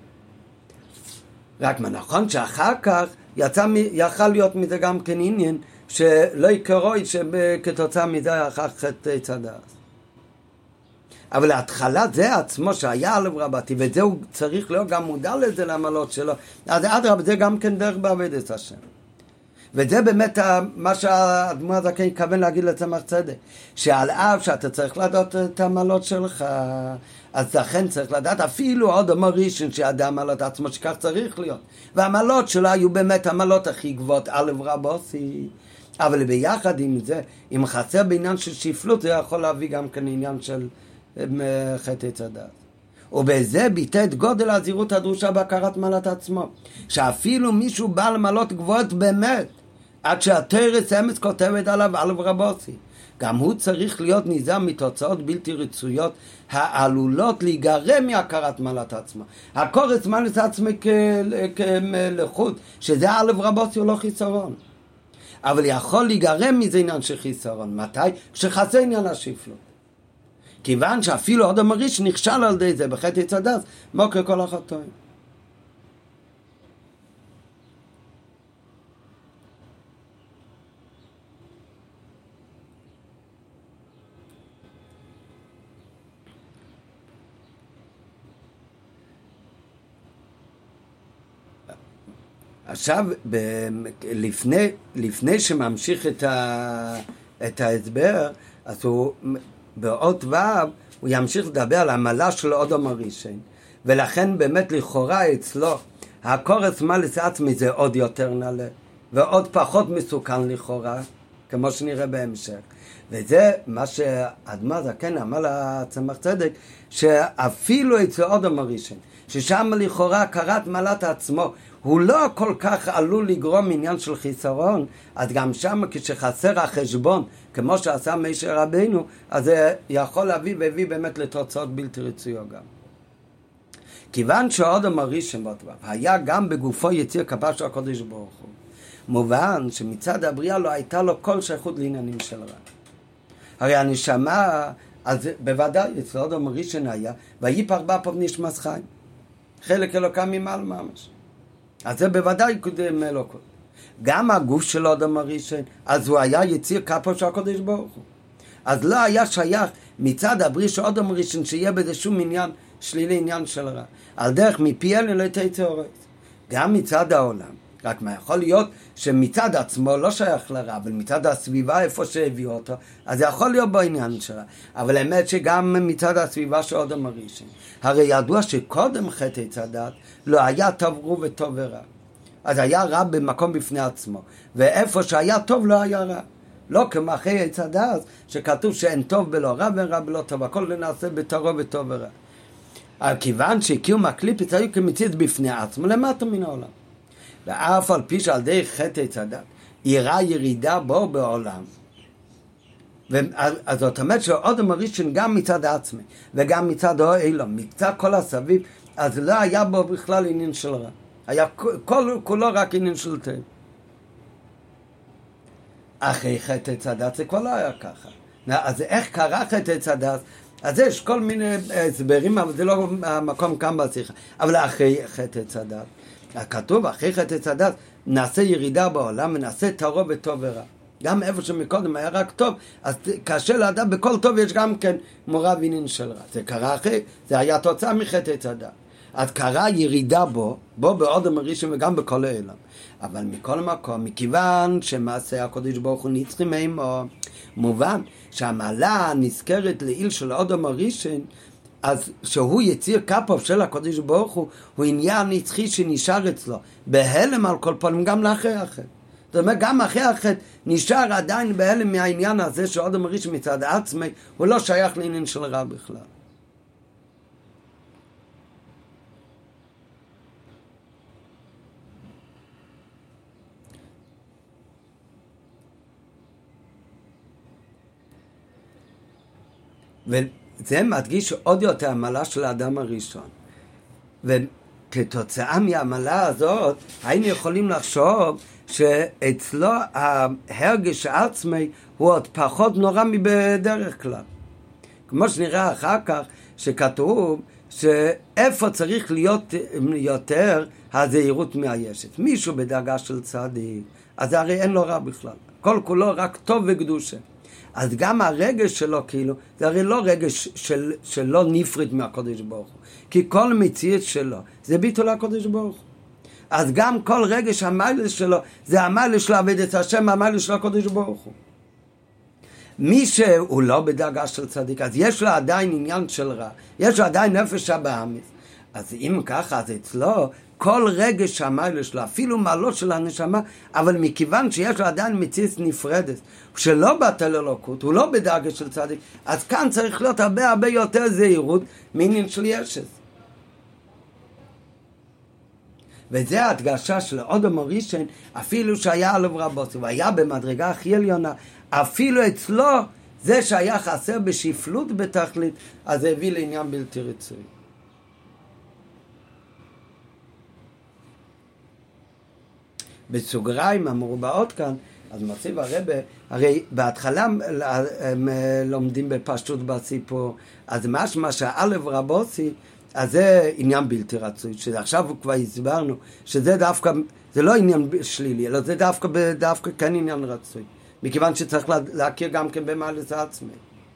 רק מה נכון שאחר כך יכל להיות מזה גם כן עניין, שלא יקרו שכתוצאה מזה אחר חטא צדק. אבל להתחלה זה עצמו שהיה אלף רבתי, וזה הוא צריך להיות גם מודע לזה למעלות שלו, אז אדרבה, זה גם כן דרך בעבודת השם. וזה באמת מה שהאדמו"ר הזקן התכוון להגיד לצמח צדק, שעל אף שאתה צריך לדעת את המעלות שלך, אז לכן צריך לדעת אפילו עוד ראשון שידע מעלות עצמו שכך צריך להיות, והמעלות שלו היו באמת המעלות הכי גבוהות, אלף רבתי. אבל ביחד עם זה, אם חסר בעניין של שפלות, זה יכול להביא גם כן עניין של חטא צדק. ובזה ביטא את גודל הזהירות הדרושה בהכרת מעלת עצמו, שאפילו מישהו בעל מעלות גבוהות באמת, עד שהתרס אמץ כותבת עליו אלף רבתי, גם הוא צריך להיות נזהר מתוצאות בלתי רצויות העלולות להיגרם מהכרת מעלת עצמו. הכורס מעלת עצמו כלחות, שזה אלף רבתי הוא לא חיסרון, אבל יכול להיגרם מזה עניין של חיסרון. מתי? כשחסר עניין השפלות. כיוון שאפילו עוד המריש נכשל על די זה בחטא צדק, מוקר כל החטאים. עכשיו, לפני שממשיך את ההסבר, אז הוא באות ו' הוא ימשיך לדבר על המעלה של אדם הראשון, ולכן באמת לכאורה אצלו הכורס מעלת עצמי זה עוד יותר נעלה ועוד פחות מסוכן לכאורה, כמו שנראה בהמשך. וזה מה שהאדמו"ר הזקן אמר לצמח צדק, שאפילו אצל אדם הראשון, ששם לכאורה הכרת מעלת עצמו הוא לא כל כך עלול לגרום עניין של חיסרון, אז גם שם כשחסר החשבון, כמו שעשה משה רבינו, אז זה יכול להביא והביא באמת לתוצאות בלתי רצויות גם. כיוון שהאדם הראשון היה גם בגופו יציר כפיו של הקדוש ברוך הוא, מובן שמצד הבריאה לא הייתה לו כל שייכות לעניינים של רע. הרי הנשמה, אז בוודאי אצל האדם הראשון היה, ויפח באפיו נשמת חיים, חלק אלוקם ממעל ממש. אז זה בוודאי קודם אלוקות. גם הגוף של האדם הראשון, אז הוא היה יציר כפיו של הקדוש ברוך הוא. אז לא היה שייך מצד הבריאה של האדם הראשון שיהיה בזה שום עניין שלילי, עניין של רע. על דרך מפי אלה לא תצא אורץ. גם מצד העולם. רק מה יכול להיות שמצד עצמו לא שייך לרע, אבל מצד הסביבה איפה שהביאו אותו, אז זה יכול להיות בעניין שלה. אבל האמת שגם מצד הסביבה של האדם הראשון. הרי ידוע שקודם חטא צדק לא היה טוב וטוב ורע. אז היה רע במקום בפני עצמו, ואיפה שהיה טוב לא היה רע. לא כמו אחרי עץ הדעת, שכתוב שאין טוב בלא רע ואין רע בלא טוב, הכל נעשה בתורו וטוב ורע. אבל כיוון שקיום הקליפות היו כמציאות בפני עצמו, למטה מן העולם. ואף על פי שעל דרך חטא עץ הדעת, יראה ירידה בו בעולם. אז זאת אומרת שהאדם הראשון גם מצד עצמי, וגם מצד האילום, מצד כל הסביב, אז לא היה בו בכלל עניין של רע. היה כולו רק עניין של טוב. אחרי חטא עץ הדעת זה כבר לא היה ככה. אז איך קרה חטא עץ הדעת? אז יש כל מיני הסברים, אבל זה לא המקום כאן בשיחה. אבל אחרי חטא עץ הדעת, כתוב אחרי חטא עץ הדעת, נעשה ירידה בעולם ונעשה טהור וטוב ורע. גם איפה שמקודם היה רק טוב, אז קשה לאדם, בכל טוב יש גם כן מורא ועניין של רע. זה קרה אחרי, זה היה תוצאה מחטא עץ הדעת. אז קרה ירידה בו באדם הראשון וגם בכל העולם. אבל מכל מקום, מכיוון שמעשה הקדוש ברוך הוא נצחי מעמו, מובן שהמעלה נזכרת לעיל של האדם הראשון, אז שהוא יציר כפיו של הקדוש ברוך הוא עניין נצחי שנשאר אצלו, בהלם על כל פנים גם לאחרי החטא. זאת אומרת, גם אחרי החטא נשאר עדיין בהלם מהעניין הזה שהאדם הראשון מצד עצמי, הוא לא שייך לעניין של רע בכלל. וזה מדגיש עוד יותר המעלה של האדם הראשון. וכתוצאה מהמעלה הזאת, היינו יכולים לחשוב שאצלו ההרגש העצמי הוא עוד פחות נורא מבדרך כלל. כמו שנראה אחר כך, שכתוב שאיפה צריך להיות יותר הזהירות מהישת. מישהו בדרגה של צדיק, אז הרי אין לו רע בכלל. כל כולו רק טוב וקדושה. אז גם הרגש שלו כאילו, זה הרי לא רגש שלא נפרד מהקדוש ברוך הוא. כי כל מציאות שלו זה ביטול הקדוש ברוך הוא. אז גם כל רגש המיילה שלו, זה המיילה של עבודת השם, המיילה של הקדוש ברוך הוא. מי שהוא לא בדרגה של צדיק, אז יש לו עדיין עניין של רע, יש לו עדיין נפש הבאמיס. אז אם ככה, אז אצלו כל רגש המיילה שלו, אפילו מעלות של הנשמה, אבל מכיוון שיש לו עדיין מציאות נפרדת, שלא בטל אלוקות, הוא לא בדרגה של צדיק, אז כאן צריך להיות הרבה יותר זהירות מעניין של ישס. וזה ההדגשה של האדם הראשון, אפילו שהיה עליו רבות, והיה במדרגה הכי עליונה, אפילו אצלו, זה שהיה חסר בשפלות בתכלית, אז זה הביא לעניין בלתי רצוי. בסוגריים המרובעות כאן, אז מוסיף הרבה, הרי בהתחלה הם לומדים בפשטות בסיפור, אז משמע שהאלף רבוסי, אז זה עניין בלתי רצוי, שעכשיו כבר הסברנו, שזה דווקא, זה לא עניין שלילי, אלא זה דווקא כן עניין רצוי, מכיוון שצריך להכיר גם כן במעלת עצמי.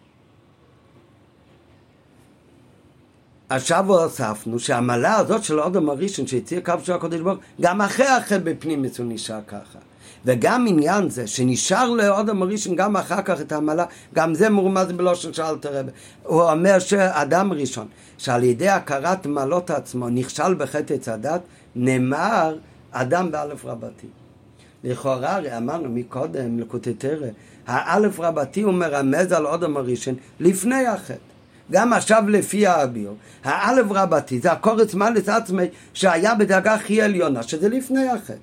עכשיו הוספנו שהמעלה הזאת של האדם הראשון שהציע קו של הקדוש ברוך הוא, גם אחרי בפנים הוא נשאר ככה. וגם עניין זה שנשאר לאדם הראשון גם אחר כך את המעלה, גם זה מורמז בלושן של אלתר רבי. הוא אומר שאדם ראשון, שעל ידי הכרת מעלות עצמו נכשל בחטא עץ הדת, נאמר אדם באלף רבתי. לכאורה הרי אמרנו מקודם לקוטי תרא, האלף רבתי הוא מרמז על האדם הראשון לפני החטא. גם עכשיו לפי האביר, האלף רבתי זה הקורץ מעלת עצמי שהיה בדרגה הכי עליונה, שזה לפני החטא.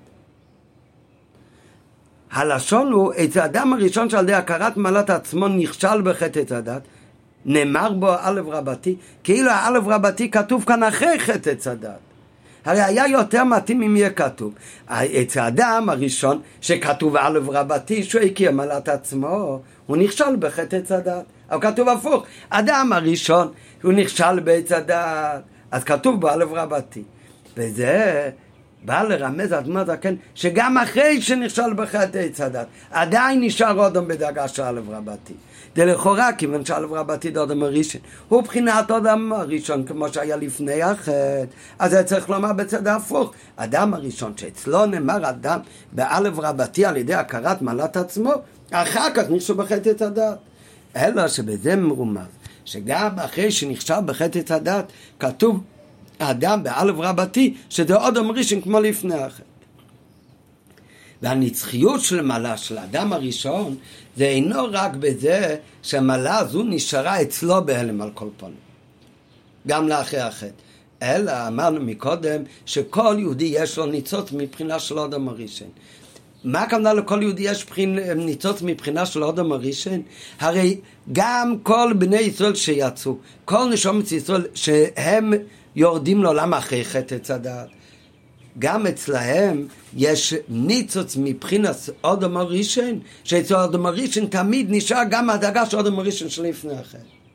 הלשון הוא, את האדם הראשון שעל ידי הכרת מעלת עצמו נכשל בחטא עץ הדת, נאמר בו אלף רבתי, כאילו האלף רבתי כתוב כאן אחרי חטא עץ הדת. הרי היה יותר מתאים אם יהיה כתוב. את האדם הראשון שכתוב אלף רבתי, שהוא הכיר מעלת עצמו, הוא נכשל בחטא עץ הדת. אבל כתוב הפוך, אדם הראשון הוא נכשל בעץ הדת, אז כתוב באלף רבתי. וזה בא לרמז אדמו"ר הזקן שגם אחרי שנכשל בחטא עץ הדת, עדיין נשאר אדם בדרגה של אלף רבתי. זה לכאורה, כיוון שאלף רבתי זה אדם הראשון. הוא בחינת אדם הראשון כמו שהיה לפני החטא. אז זה צריך לומר בצד ההפוך. אדם הראשון שאצלו נאמר אדם באלף רבתי על ידי הכרת מעלת עצמו, אחר כך נכשל בחטא עץ הדת. אלא שבזה מרומז, שגם אחרי שנכשל בחטא עץ הדת, כתוב אדם באלף רבתי, שזה אדם ראשון כמו לפני החטא. והנצחיות של מעלה של האדם הראשון זה אינו רק בזה שהמעלה הזו נשארה אצלו בהלם על כל פנים, גם לאחרי החטא, אלא אמרנו מקודם שכל יהודי יש לו ניצוץ מבחינה של אדם הראשון. מה הכוונה לכל יהודי יש ניצוץ מבחינה של אדם הראשון? הרי גם כל בני ישראל שיצאו, כל נשומת ישראל שהם יורדים לעולם אחרי חטא עץ הדעת, גם אצלהם יש ניצוץ מבחינת אדם הראשון, שאצל אדם הראשון תמיד נשאר גם הדאגה של אדם הראשון שלפני החטא.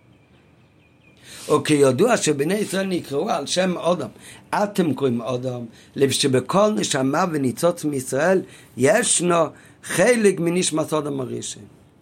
וכידוע שבני ישראל נקראו על שם אדם, אתם קוראים אדם, שבכל נשמה וניצוץ מישראל ישנו חלק מנשמת אדם הראשון.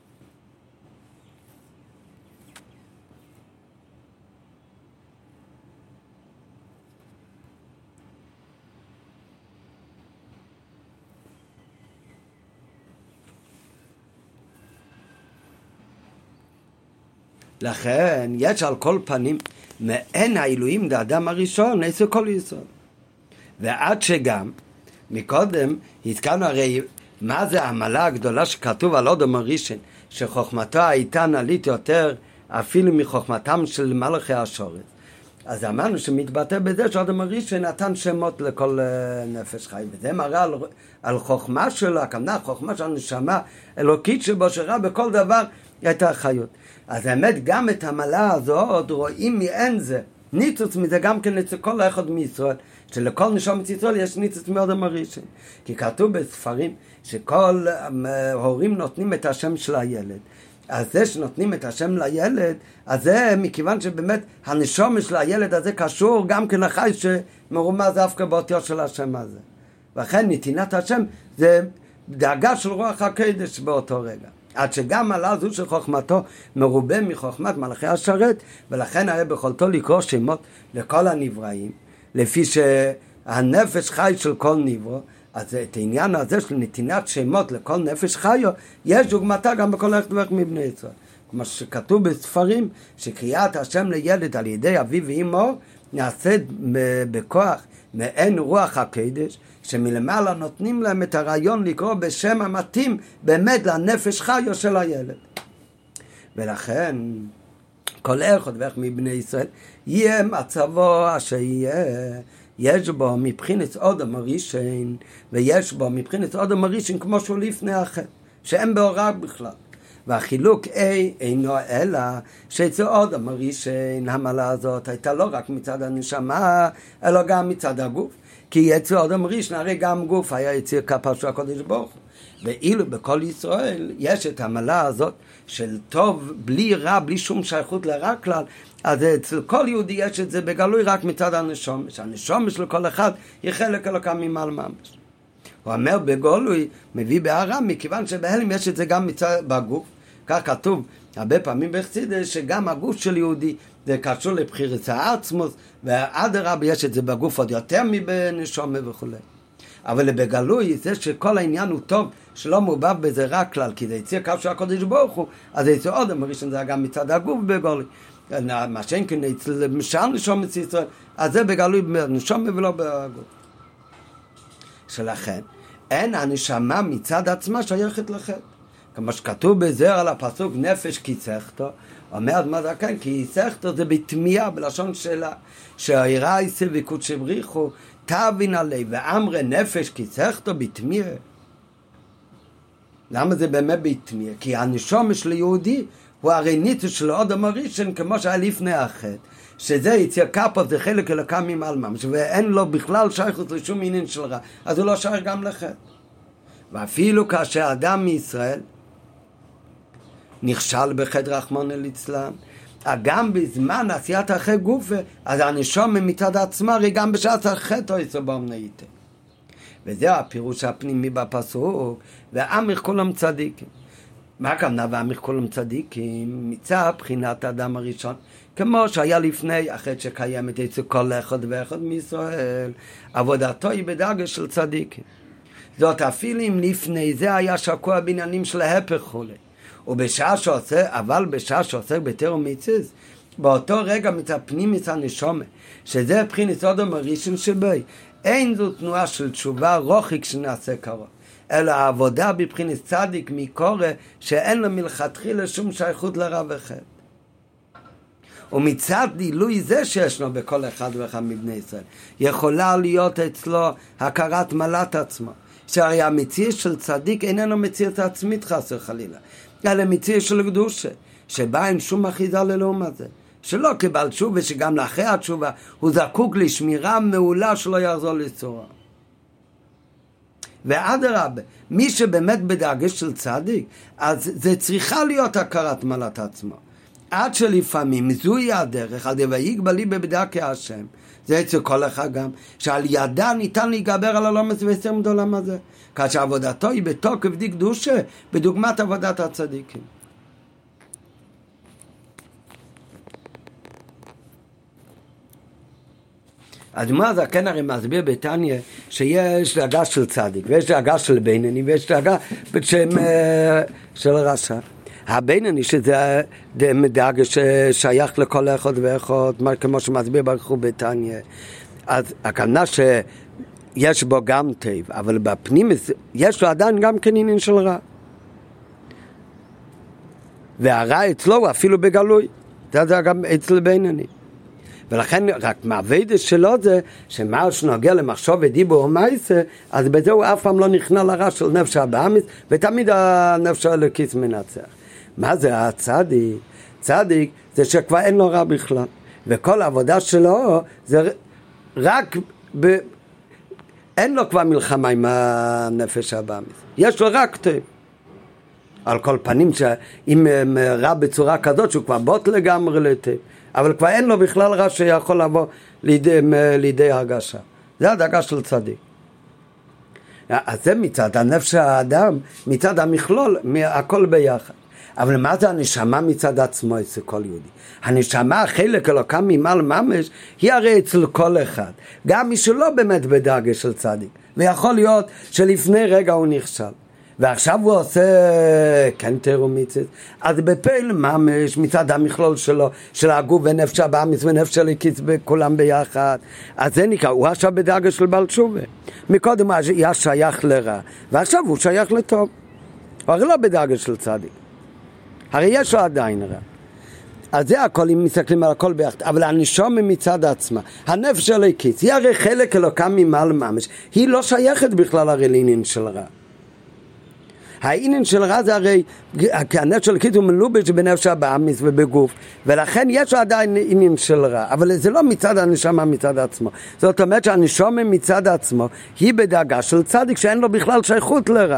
לכן יש על כל פנים מעין האלוהים לאדם הראשון אצל כל ישראל. ועד שגם מקודם הזכרנו הרי מה זה המעלה הגדולה שכתוב על אדם הראשון, שחוכמתו הייתה נעלית יותר אפילו מחוכמתם של מלאכי השרת. אז אמרנו שמתבטא בזה שאדם הראשון נתן שמות לכל נפש חי, וזה מראה על חוכמה שלו, הכוונה חוכמה של הנשמה אלוקית שבו שראה בכל דבר את החיות. אז האמת גם את המעלה הזאת רואים מאין זה ניצוץ מזה גם כן אצל כל אחד מישראל, שלכל נשומת ישראל יש ניצוץ מאדם הראשון. כי כתוב בספרים שכל הורים נותנים את השם של הילד, אז זה שנותנים את השם לילד, אז זה מכיוון שבאמת הנשום של הילד הזה קשור גם כן לחי שמרומז דווקא באותו של השם הזה, ולכן נתינת השם זה דאגה של רוח הקודש באותו רגע. עד שגם מעלה זו של חוכמתו מרובה מחוכמת מלאכי השרת, ולכן היה ביכולתו לקרוא שמות לכל הנבראים, לפי שהנפש חי של כל נברא. אז את העניין הזה של נתינת שמות לכל נפש חיו, יש דוגמתה גם בכל אחד ואחד מבני ישראל. כמו שכתוב בספרים, שקריאת השם לילד על ידי אביו ואמו נעשית בכוח מעין רוח הקודש, שמלמעלה נותנים להם את הרעיון לקרוא בשם המתאים באמת לנפש חיו של הילד. ולכן כל אחד ואחד מבני ישראל יהיה מצבו אשר יהיה, יש בו מבחינת אדם הראשון, ויש בו מבחינת אדם הראשון כמו שהוא לפני החטא, שאין בהוראה בכלל. והחילוק אינו אלא שאצל אדם הראשון המעלה הזאת הייתה לא רק מצד הנשמה, אלא גם מצד הגוף. כי אצל אדם הראשון הרי גם גוף היה יציר כפיו של הקדוש ברוך הוא. ואילו בכל ישראל יש את המעלה הזאת של טוב בלי רע, בלי שום שייכות לרע כלל, אז אצל כל יהודי יש את זה בגלוי רק מצד הנשום, שהנשום של כל אחד היא חלק אלוקם ממעל ממש. הוא אומר בגלוי, מביא בהר"ם, מכיוון שבהלם יש את זה גם מצד בגוף. כך כתוב הרבה פעמים בחסידות שגם הגוף של יהודי זה קשור לבחירת העצמות, ואדרבה יש את זה בגוף עוד יותר מבנשום וכו'. אבל בגלוי זה שכל העניין הוא טוב, שלא מובב בזה רק כלל, כי זה יציר קו של הקודש ברוך הוא, אז זה יציר אדם הראשון, זה גם מצד הגוף בגלוי. מה שאין כן אצל משל נשום את ישראל, אז זה בגלוי בנשום ולא בגוף. שלכן אין הנשמה מצד עצמה שייכת לחטא. כמו שכתוב בזוהר על הפסוק נפש קיצחתו, אומר מה זה כן? כי קיצחתו זה בתמיהה בלשון שלה, שהירייסה וקודש בריחו תבין עלי ואמרי נפש קיצחתו בתמיהה. למה זה באמת בתמיהה? כי הנשום של יהודי הוא הרי ניצוץ של אדם הראשון כמו שהיה לפני החטא, שזה יציר כפיו זה חלק אלוקם ממעל ממש, ואין לו בכלל שייכות לשום עניין של רע, אז הוא לא שייך גם לחטא. ואפילו כאשר אדם מישראל נכשל בחטא רחמנא ליצלן, גם בזמן עשיית החטא גופה, אז הנשום מצד עצמה הרי גם בשעת החטא יצא באמנאיתה. וזה הפירוש הפנימי בפסוק, ועמך כולם צדיקים. מה הכוונה ועמך כולם צדיקים? מצד בחינת האדם הראשון, כמו שהיה לפני החטא שקיימת אצל כל אחד ואחד מישראל, עבודתו היא בדרגה של צדיקים. זאת אפילו אם לפני זה היה שקוע בעניינים של ההפך חולה. ובשעה שעושה, אבל בשעה שעושה בתר ומצז, באותו רגע מצד פנימית הנשומה, שזה בחינת אדם הראשון שבי, אין זו תנועה של תשובה רוחק שנעשה קרוב. אלא העבודה בבחינת צדיק מקורא שאין לו מלכתחילה שום שייכות לרע וחטא. ומצד גילוי זה שישנו בכל אחד ואחד מבני ישראל, יכולה להיות אצלו הכרת מעלת עצמו. שהרי המציאות של צדיק איננו מציאות עצמית חס וחלילה, אלא מציאות של קדושה, שבה אין שום אחיזה ללאום הזה. שלא קיבל תשובה, שגם לאחרי התשובה הוא זקוק לשמירה מעולה שלא יחזור לצורה. ואדרבה, מי שבאמת בדאגה של צדיק, אז זה צריכה להיות הכרת מעלת עצמו. עד שלפעמים זוהי הדרך, על ידי ויגבה בדרכי השם, זה אצל כל אחד גם, שעל ידה ניתן להיגבר על הלומץ והסתר בעולם הזה, כאשר עבודתו היא בתוקף דקדושה, בדוגמת עבודת הצדיקים. האדמו"ר הזקן הרי מסביר בתניא שיש דרגה של צדיק ויש דרגה של בינוני ויש דרגה של רשע. הבינוני שזה דרגה ששייך לכל אחד ואחד, כמו שמסביר ברחוב בתניא. אז הכוונה שיש בו גם טוב, אבל בפנים יש לו עדיין גם כן עניין של רע. והרע אצלו הוא אפילו בגלוי, זה גם אצל בינוני. ולכן רק מהעבודה שלו זה שמה שנוגע למחשוב ודיבור ומעשה, אז בזה הוא אף פעם לא נכנע לרע של נפש הבאמיס, ותמיד הנפש האלוקית מנצח. מה זה הצדיק? צדיק זה שכבר אין לו רע בכלל, וכל העבודה שלו זה רק אין לו כבר מלחמה עם הנפש הבאמיס, יש לו רק טוב. על כל פנים שאם רע בצורה כזאת שהוא כבר בוט לגמרי לטוב, אבל כבר אין לו בכלל רע שיכול לבוא לידי הרגשה. זה הדרגה של צדיק. אז זה מצד הנפש האדם, מצד המכלול, הכל ביחד. אבל מה זה הנשמה מצד עצמו אצל כל יהודי? הנשמה, חלק אלוקה ממעל ממש, היא הרי אצל כל אחד. גם מי שלא באמת בדרגה של צדיק. ויכול להיות שלפני רגע הוא נכשל. ועכשיו הוא עושה כן תירו מצד, אז בפעיל ממש מצד המכלול שלו, של הגוף ונפש הבאמיס ונפש הליקית כולם ביחד, אז זה נקרא, הוא עכשיו בדרגה של בעל תשובה. מקודם הוא היה שייך לרע, ועכשיו הוא שייך לטוב. הוא הרי לא בדרגה של צדיק, הרי יש לו עדיין רע. אז זה הכל, אם מסתכלים על הכל ביחד, אבל הנשמה מצד עצמה, הנפש הליקית, היא הרי חלק אלוקה ממעל ממש, היא לא שייכת בכלל הרי לעניין של רע. העניין של רע זה הרי, כי הנפש הליקית הוא מלובש בנפש הבאמיס ובגוף, ולכן יש עדיין עניין של רע, אבל זה לא מצד הנשמה מצד עצמו. זאת אומרת שהנשמה מצד עצמו היא בדרגה של צדיק שאין לו בכלל שייכות לרע.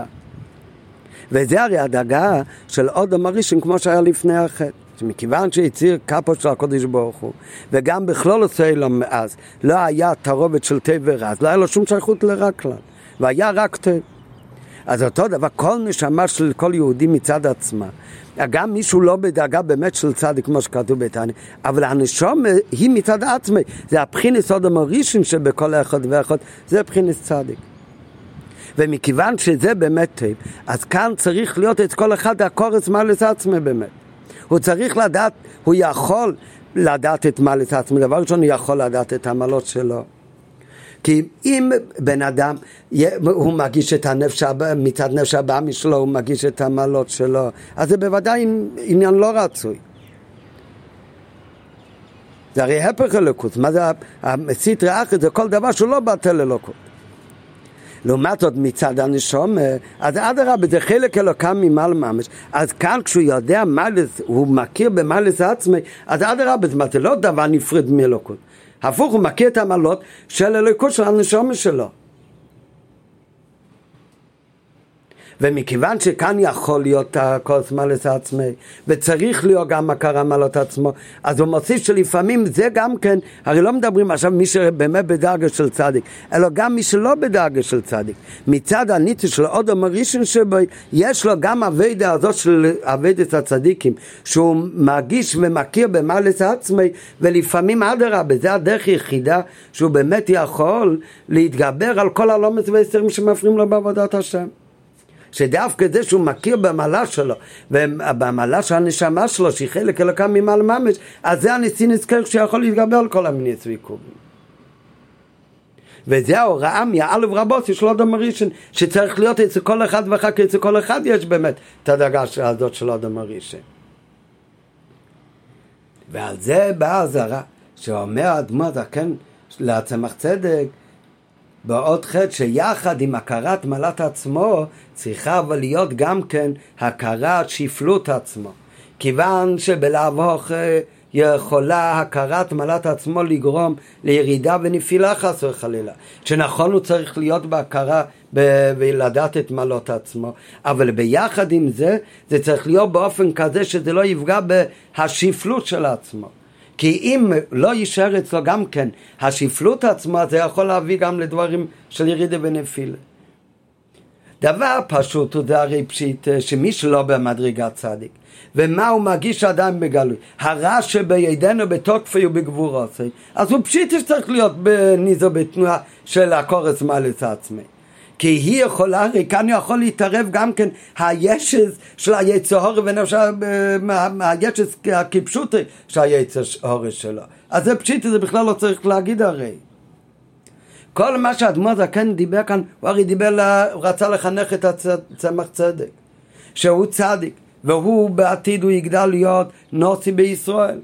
וזה הרי הדרגה של אדם הראשון כמו שהיה לפני החטא. שמכיוון שהציר כפו של הקדוש ברוך הוא, וגם בכלול עושה לו מאז, לא היה תרובת של טוב ורע, אז לא היה לו שום שייכות לרע כלל, והיה רק טוב. אז אותו דבר, כל נשמה של כל יהודי מצד עצמה, גם מישהו לא בדרגה באמת של צדיק, כמו שכתוב בתניא, אבל הנשמה היא מצד עצמה, זה הבחינת אדם הראשון שבכל אחד ואחד, זה הבחינת צדיק. ומכיוון שזה באמת טוב, אז כאן צריך להיות את כל אחד הקורס מעלת עצמה באמת. הוא צריך לדעת, הוא יכול לדעת את מעלת עצמה, דבר ראשון הוא יכול לדעת את המעלות שלו. כי אם בן אדם הוא מגיש את הנפש מצד נפש הבאמיס שלו, הוא מגיש את המעלות שלו, אז זה בוודאי עניין לא רצוי. זה הרי הפך אלוקות. מה זה סטרא אחרא? זה כל דבר שהוא לא בטל אלוקות. לעומת זאת מצד הנשמה, אז אדרבה זה חלק אלוקה ממעל ממש. אז כאן כשהוא יודע הוא מכיר במעלת עצמי, אז אדרבה זה לא דבר נפרד מאלוקות. הפוך, הוא מכיר את המעלות של אלוקות של הנשמה שלו. ומכיוון שכאן יכול להיות הקורס מעלת עצמי, וצריך להיות גם הכרה מעלות עצמו, אז הוא מוסיף שלפעמים זה גם כן, הרי לא מדברים עכשיו מי שבאמת בדרגה של צדיק, אלא גם מי שלא בדרגה של צדיק. מצד הניצוץ של אדם הראשון שבו, יש לו גם העבודה הזאת של עבודת הצדיקים, שהוא מרגיש ומכיר במעלת עצמי, ולפעמים אדרבה, זה הדרך היחידה שהוא באמת יכול להתגבר על כל הלומץ והסתרים שמפריעים לו בעבודת השם. שדווקא זה שהוא מכיר במעלה שלו, ובמעלה של הנשמה שלו, שהיא חלק אלוקה ממעל ממש, אז זה הניסי נזכר שיכול להתגבר על כל המיני ועיכובים. וזה ההוראה מהאלף רבות של אדם הראשון, שצריך להיות אצל כל אחד ואחר, כי אצל כל אחד יש באמת את הדרגה הזאת של אדם הראשון. ועל זה באה הזרה, שאומר האדמו"ר הזקן לצמח צדק, בעוד חטא שיחד עם הכרת מעלת עצמו, צריכה אבל להיות גם כן הכרת שפלות עצמו. כיוון שבלהבוך יכולה הכרת מעלת עצמו לגרום לירידה ונפילה חס וחלילה. שנכון הוא צריך להיות בהכרה ולדעת את מעלות עצמו, אבל ביחד עם זה, זה צריך להיות באופן כזה שזה לא יפגע בהשפלות של עצמו. כי אם לא יישאר אצלו גם כן השפלות עצמו, זה יכול להביא גם לדברים של ירידה ונפילה. דבר פשוט הוא זה הרי פשיט שמי שלא במדרגת צדיק, ומה הוא מגיש עדיין בגלוי, הרע שבידינו בתוקפי ובגבורוסי, אז הוא פשיט שצריך להיות בניזו בתנועה של הקורס מעלת עצמי. כי היא יכולה, הרי כאן יכול להתערב גם כן הישס של היצר הורי ונפשה, הישס הכיפשוטי של היצר הורי שלו. אז זה פשיט, זה בכלל לא צריך להגיד הרי. כל מה שהאדמו"ר הזקן דיבר כאן, הוא הרי דיבר, הוא רצה לחנך את הצמח צדק, שהוא צדיק, והוא בעתיד הוא יגדל להיות נוצי בישראל.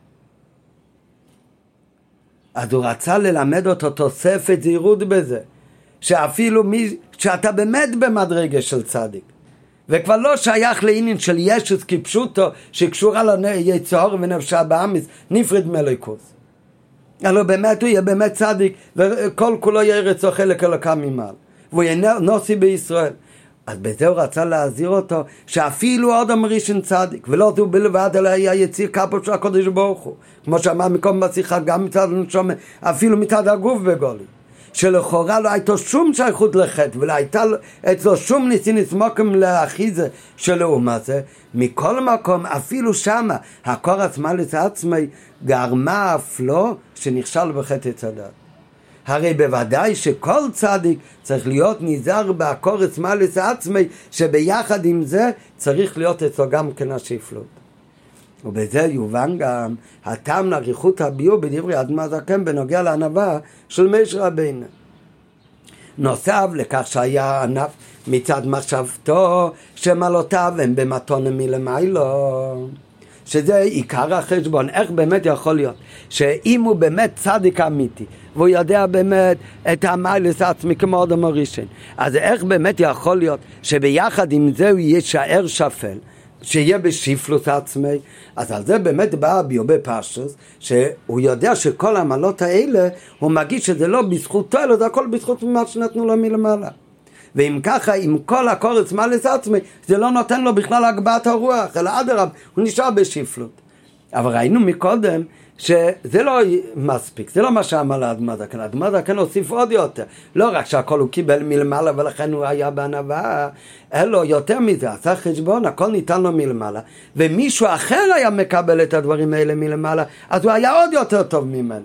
אז הוא רצה ללמד אותו תוספת זהירות בזה, שאפילו שאתה באמת במדרגה של צדיק, וכבר לא שייך לעניין של ישוס כפשוטו, שקשורה ליצר ונפשה באמיס, נפרד מלכוס. אלא באמת הוא יהיה באמת צדיק, וכל כולו יהיה רצו חלק אלוקם ממעל, והוא יהיה נוצי בישראל. אז בזה הוא רצה להזהיר אותו, שאפילו אדם ראשון צדיק, ולא זו בלבד, אלא היה יציר כפו של הקודש ברוך הוא. כמו שאמר מקום בשיחה, גם מצד הנשמה, אפילו מצד הגוף בגולי. שלכאורה לא הייתה שום שייכות לחטא, ולא הייתה אצלו שום ניסי נסמוקים לאחיזה של האומה הזה. מכל מקום, אפילו שמה, הקורס מעלת עצמי גרמה אף לא שנכשל בחטא צדד. הרי בוודאי שכל צדיק צריך להיות נזהר בהקורס מעלת עצמי, שביחד עם זה צריך להיות אצלו גם כן השפלות. ובזה יובן גם הטעם לאריכות הביאור בדברי האדמו"ר הזקן בנוגע לענווה של משה רבנו. נוסף לכך שהיה ענף מצד מחשבתו שמעלותיו הם במתונה מלמיילו, שזה עיקר החשבון. איך באמת יכול להיות שאם הוא באמת צדיק אמיתי והוא יודע באמת את המעלת עצמי כמו אדם הראשון, אז איך באמת יכול להיות שביחד עם זה הוא יישאר שפל, שיהיה בשפלות עצמי? אז על זה באמת בא ביובי פשוס, שהוא יודע שכל המעלות האלה הוא מגיש שזה לא בזכותו, אלא זה הכל בזכות מה שנתנו לו מלמעלה. ואם ככה, עם כל הקורץ מעלת עצמי, זה לא נותן לו בכלל הגבהת הרוח, אלא אדרבה, הוא נשאר בשפלות. אבל ראינו מקודם שזה לא מספיק, זה לא מה שאמר לאדמו"ר הזקן. האדמו"ר הזקן הוסיף עוד יותר, לא רק שהכל הוא קיבל מלמעלה ולכן הוא היה בענווה, אלא יותר מזה, עשה חשבון, הכל ניתן לו מלמעלה, ומישהו אחר היה מקבל את הדברים האלה מלמעלה, אז הוא היה עוד יותר טוב ממנו.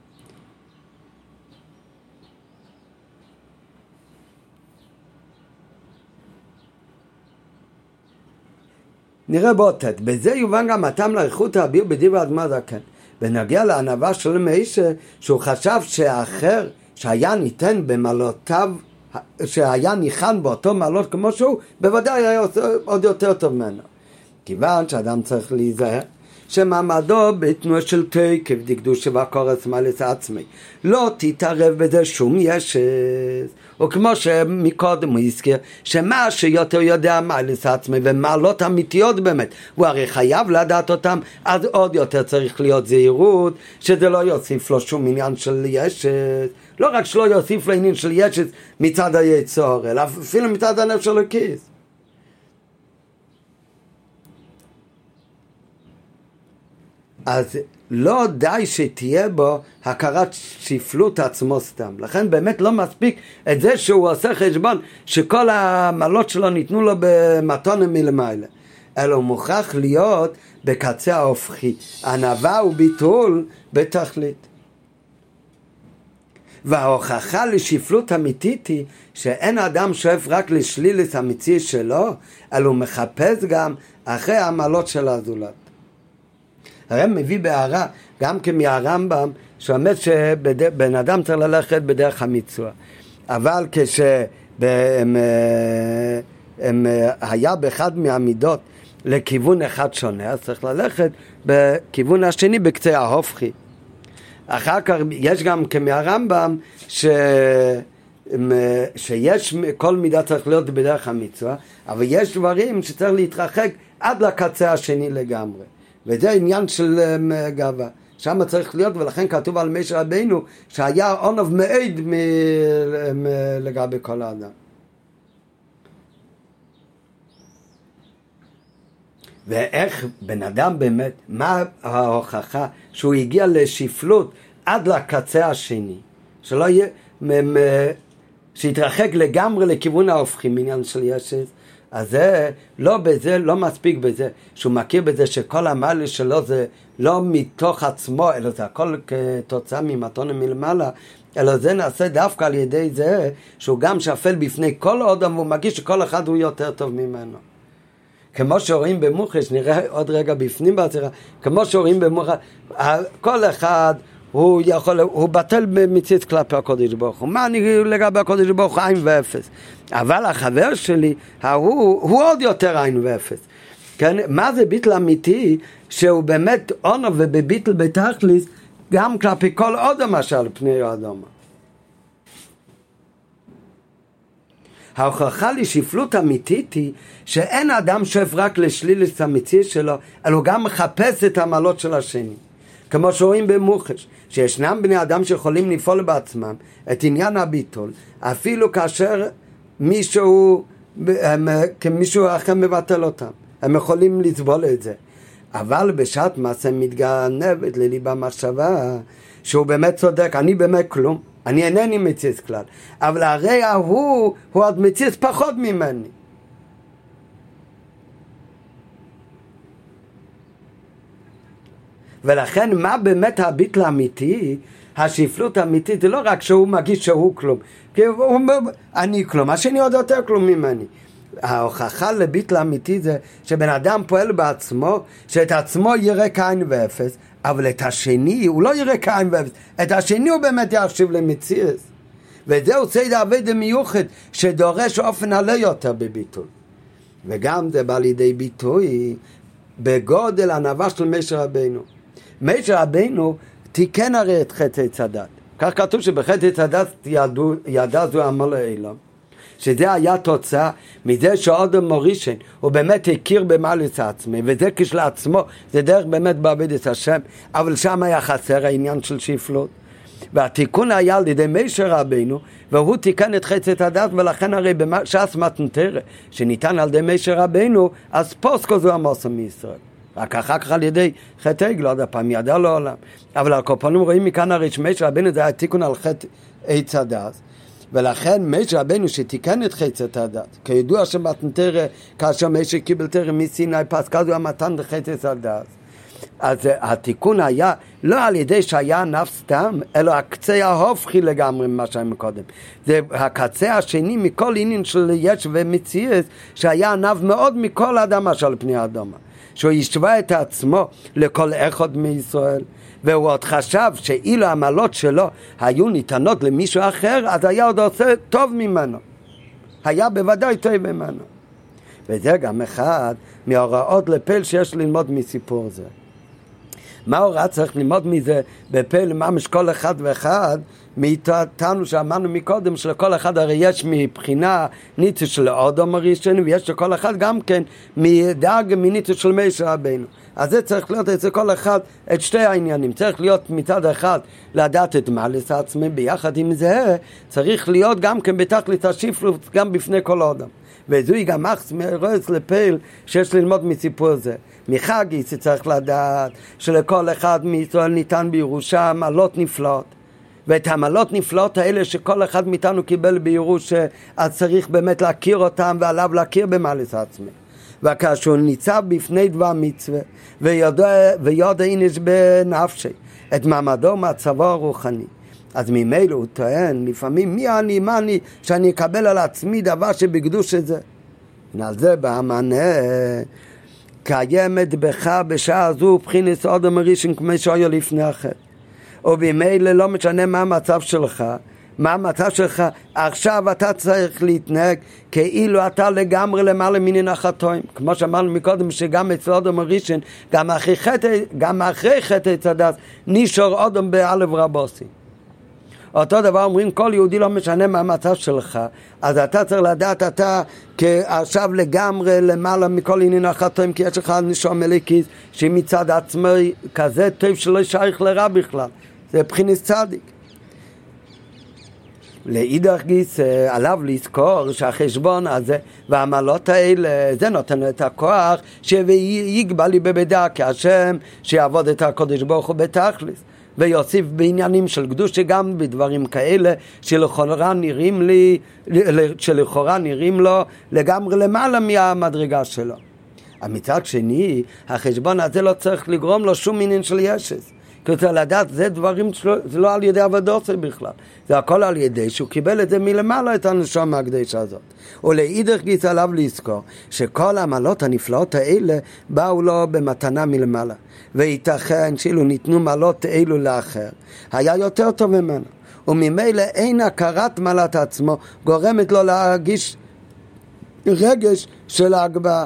נראה בוטט, בזה יובן גם הטעם לאריכות הביאור בדברי האדמו"ר הזקן. בנוגע לענווה של משה, שהוא חשב שהאחר שהיה ניתן במעלותיו, שהיה ניחן באותו מעלות כמו שהוא, בוודאי היה עוד יותר טוב ממנו. כיוון שאדם צריך להיזהר שמעמדו בתנועה של תקף דקדוש והקורס מעלת עצמי, לא תתערב בזה שום ישס. וכמו שמקודם הוא הזכיר שמה שיותר יודע מעלת עצמי ומעלות אמיתיות באמת, הוא הרי חייב לדעת אותם, אז עוד יותר צריך להיות זהירות שזה לא יוסיף לו שום עניין של ישס. לא רק שלא יוסיף לו עניין של ישס מצד היצור, אלא אפילו מצד הנפש של הכיס. אז לא די שתהיה בו הכרת שפלות עצמו סתם. לכן באמת לא מספיק את זה שהוא עושה חשבון שכל המעלות שלו ניתנו לו במתונה מלמעלה, אלא הוא מוכרח להיות בקצה ההופכי, ענווה וביטול בתכלית. וההוכחה לשפלות אמיתית היא שאין אדם שואף רק לשלילת אמיתי שלו, אלא הוא מחפש גם אחרי המעלות של הזולת. הרב מביא בהערה, גם כמהרמב"ם, שאומר שבן אדם צריך ללכת בדרך המצווה. אבל היה באחד מהמידות לכיוון אחד שונה, אז צריך ללכת בכיוון השני בקצה ההופכי. אחר כך יש גם כמהרמב"ם שיש כל מידה צריך להיות בדרך המצווה, אבל יש דברים שצריך להתרחק עד לקצה השני לגמרי, וזה עניין של גאווה, שם צריך להיות, ולכן כתוב על משה רבינו שהיה עונב מעיד לגבי כל האדם. ואיך בן אדם באמת, מה ההוכחה שהוא הגיע לשפלות עד לקצה השני, שלא יהיה, שיתרחק לגמרי לכיוון ההופכים, עניין של ישס. אז זה לא בזה, לא מספיק בזה, שהוא מכיר בזה שכל המעלה שלו זה לא מתוך עצמו, אלא זה הכל כתוצאה ממתון מלמעלה, אלא זה נעשה דווקא על ידי זה שהוא גם שפל בפני כל אדם, והוא מרגיש שכל אחד הוא יותר טוב ממנו. כמו שרואים במוחש, נראה עוד רגע בפנים בעצירה, כמו שרואים במוחש, כל אחד הוא יכול, הוא בטל במציאות כלפי הקודש ברוך הוא. מה אני לגבי הקודש ברוך הוא? עין ואפס. אבל החבר שלי, הוא עוד יותר עין ואפס. כן? מה זה ביטל אמיתי? שהוא באמת עונה ובביטל בתכליס, גם כלפי כל עוד המשל פני האדמה. ההוכחה לשפלות אמיתית היא שאין אדם שואף רק לשלילת המציאות שלו, אלא הוא גם מחפש את המעלות של השני. כמו שרואים במוחש, שישנם בני אדם שיכולים לפעול בעצמם את עניין הביטול, אפילו כאשר מישהו אחר מבטל אותם. הם יכולים לסבול את זה. אבל בשעת מעשה מתגנבת לליבה מחשבה, שהוא באמת צודק, אני באמת כלום. אני אינני מציץ כלל, אבל הרי הוא עוד מציץ פחות ממני. ולכן מה באמת הביטל האמיתי, השפלות האמיתית, זה לא רק שהוא מגיש שהוא כלום, כי הוא אומר, אני כלום, השני עוד יותר כלום ממני. ההוכחה לביטל האמיתי זה שבן אדם פועל בעצמו, שאת עצמו יראה כעין ואפס, אבל את השני הוא לא יראה כעין ואפס, את השני הוא באמת יחשיב למציאות. וזהו סדר עבודה מיוחד שדורש אופן עלה יותר בביטול. וגם זה בא לידי ביטוי בגודל הענווה של משה רבינו. משה רבינו תיקן הרי את חטא עץ הדת. כך כתוב שבחטא עץ הדת ידע זו עמל האלוהים. שזה היה תוצאה מזה שאדם מורישן, הוא באמת הכיר במעלת עצמי, וזה כשלעצמו, זה דרך באמת בעבודת השם, אבל שם היה חסר העניין של שפלות. והתיקון היה על ידי משה רבינו, והוא תיקן את חטא הדת, ולכן הרי בש"ס מתן תורה, שניתן על ידי משה רבינו, אז פוסקו זו המוסר מישראל. רק אחר כך על ידי חטא עגל, עוד הפעם ידע לעולם. אבל על כל פנים רואים מכאן הרי שמשה רבינו זה היה תיקון על חטא עץ הדת, ולכן משה רבינו שתיקן את חטא הדת, כידוע שמתן תורה, כאשר משה קיבל תורה מסיני, פסקה זו המתן לחטא הדת. אז התיקון היה לא על ידי שהיה ענף סתם, אלא הקצה ההופכי לגמרי ממה שהיה מקודם. זה הקצה השני מכל עניין של יש ומציאות, שהיה ענף מאוד מכל האדמה של פני האדמה. שהוא ישווה את עצמו לכל אחד מישראל, והוא עוד חשב שאילו המעלות שלו היו ניתנות למישהו אחר, אז היה עוד עושה טוב ממנו. היה בוודאי טוב ממנו. וזה גם אחד מההוראות לפעל שיש ללמוד מסיפור זה. מה ההוראה צריך ללמוד מזה בפעל ממש כל אחד ואחד מאיתנו שאמרנו מקודם שלכל אחד הרי יש מבחינה ניצוץ של אדם הראשון, ויש לכל אחד גם כן מדאג מניצוץ של משה רבינו. אז זה צריך להיות אצל כל אחד את שתי העניינים. צריך להיות מצד אחד לדעת את מעלת עצמי, ביחד עם זה צריך להיות גם כן בתכלית השפלות גם בפני כל אדם. וזוהי גם מחס לפעל שיש ללמוד מסיפור זה. מחגיס צריך לדעת שלכל אחד מישראל ניתן בירושה מעלות נפלאות, ואת המעלות נפלאות האלה שכל אחד מאיתנו קיבל בירושה, אז צריך באמת להכיר אותם ועליו להכיר במעלת עצמי. וכאשר הוא ניצב בפני דבר מצווה ויודע אינש בנפשי את מעמדו ומצבו הרוחני, אז ממילא הוא טוען לפעמים מי אני, מה אני, שאני אקבל על עצמי דבר שבקדוש את זה. ועל זה בא המענה קיימת בך בשעה זו בחינת אדם הראשון כמו שהיה לפני החטא. ובמילא לא משנה מה המצב שלך, עכשיו אתה צריך להתנהג כאילו אתה לגמרי למעלה מן החטאים. כמו שאמרנו מקודם, שגם אצל אדם הראשון, גם אחרי חטא צדק, נשאר אדם באלף רבוסי. אותו דבר אומרים, כל יהודי לא משנה מה המצב שלך, אז אתה צריך לדעת, אתה עכשיו לגמרי למעלה מכל עניין החטאים, כי יש לך נשום אלוקי שמצד עצמו כזה טוב שלא שייך לרע בכלל, זה בחינת צדיק. לאידך גיס עליו לזכור שהחשבון הזה והעמלות האלה, זה נותן את הכוח שיגבה לי בבדע כהשם שיעבוד את הקודש ברוך הוא בתכלס, ויוסיף בעניינים של קדוש, שגם בדברים כאלה שלכאורה נראים לו לגמרי למעלה מהמדרגה שלו. מצד שני, החשבון הזה לא צריך לגרום לו שום עניין של ישס, כי הוא צריך לדעת, זה דברים שלו, זה לא על ידי עבודות בכלל, זה הכל על ידי שהוא קיבל את זה מלמעלה, את הנשמה הקדושה הזאת. ולאידך גיס עליו לזכור שכל העמלות הנפלאות האלה באו לו במתנה מלמעלה, וייתכן שאילו ניתנו מעלות אלו לאחר היה יותר טוב ממנו, וממילא אין הכרת מעלת עצמו גורמת לו להרגיש רגש של ההגבהה.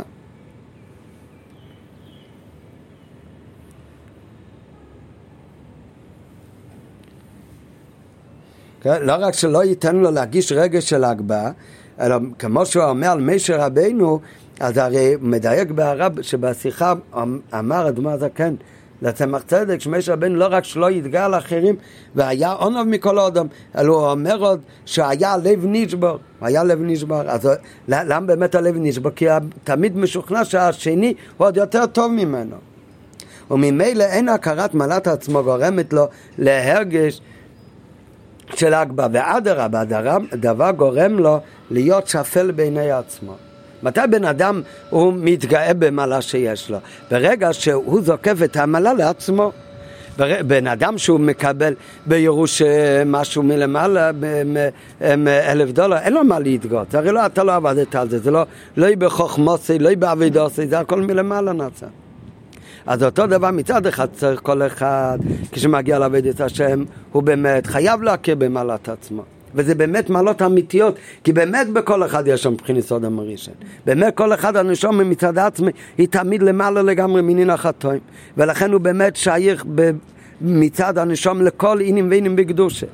לא רק שלא ייתן לו להגיש רגש של ההגבהה, אלא כמו שהוא אומר על משה רבינו, אז הרי מדייק בהרב שבשיחה אמר אדמו"ר הזקן לצמח צדק, שמשה רבינו לא רק שלא יתגע על אחרים והיה עונב מכל האדם, אלא הוא אומר עוד שהיה לב נשבר, היה לב נשבר. אז למה באמת הלב נשבר? כי תמיד משוכנע שהשני הוא עוד יותר טוב ממנו, וממילא אין הכרת מעלת עצמו גורמת לו להרגש של ההגבהה, ואדרבה, הדבר גורם לו להיות שפל בעיני עצמו. מתי בן אדם הוא מתגאה במעלה שיש לו? ברגע שהוא זוקף את המעלה לעצמו. בן אדם שהוא מקבל בירוש משהו מלמעלה $1,000, אין לו מה להתגאות, הרי לא, אתה לא עבדת על זה, זה לא בחוכמוסי, לא בעבודוסי, זה הכל מלמעלה נעשה. אז אותו דבר מצד אחד צריך כל אחד כשמגיע לעבודת השם הוא באמת חייב להכיר במעלת עצמו, וזה באמת מעלות אמיתיות, כי באמת בכל אחד יש שם בחינת אדם הראשון, באמת כל אחד הנשמה מצד עצמו היא תמיד למעלה לגמרי מן החטאים, ולכן הוא באמת שייך מצד הנשמה לכל עניינים ועניינים בקדושה,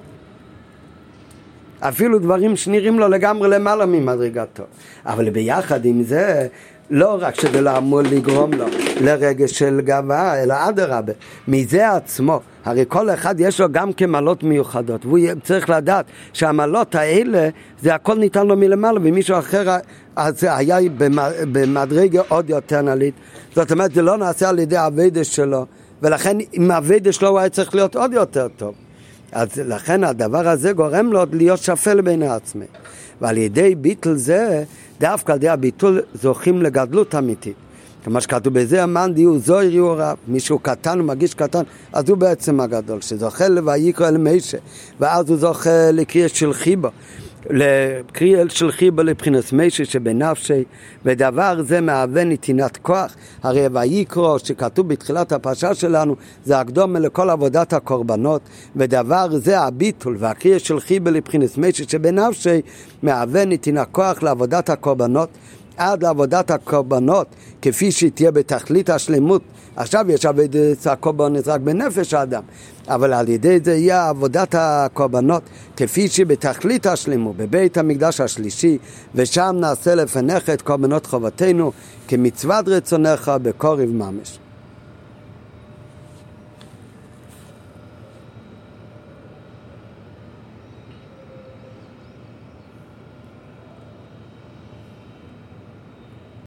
אפילו דברים שנראים לו לגמרי למעלה ממדרגתו. אבל ביחד עם זה לא רק שזה לא אמור לגרום לו לרגש של גאווה, אלא אדרבה, מזה עצמו, הרי כל אחד יש לו גם כמעלות מיוחדות, והוא צריך לדעת שהמעלות האלה זה הכל ניתן לו מלמעלה, ומישהו אחר אז היה במדרגה עוד יותר נעלית, זאת אומרת זה לא נעשה על ידי העבודה שלו, ולכן עם העבודה שלו הוא היה צריך להיות עוד יותר טוב. אז לכן הדבר הזה גורם לו להיות שפל בין עצמי, ועל ידי ביטול זה, דווקא על ידי הביטול זוכים לגדלות אמיתית. כמו שכתוב בזה, המאן דיהו זוהר יהיו רב, מישהו קטן ומגיש קטן, אז הוא בעצם הגדול, שזוכה לויקרא אל משה, ואז הוא זוכה לקריאה של חיבה, לקריאה של חיבה לבחינת משה שבנפשי, ודבר זה מהווה נתינת כוח. הרי ויקרא שכתוב בתחילת הפרשה שלנו זה הקדומה לכל עבודת הקורבנות, ודבר זה הביטול והקריאה של חיבה לבחינת משה שבנפשי מהווה נתינת כוח לעבודת הקורבנות, עד לעבודת הקורבנות כפי שהיא תהיה בתכלית השלמות. עכשיו יש עבודת הקורבנות רק בנפש האדם, אבל על ידי זה יהיה עבודת הקורבנות כפי שהיא בתכלית השלמות בבית המקדש השלישי, ושם נעשה לפניך את קורבנות חובתנו כמצוות רצונך בקורב ממש.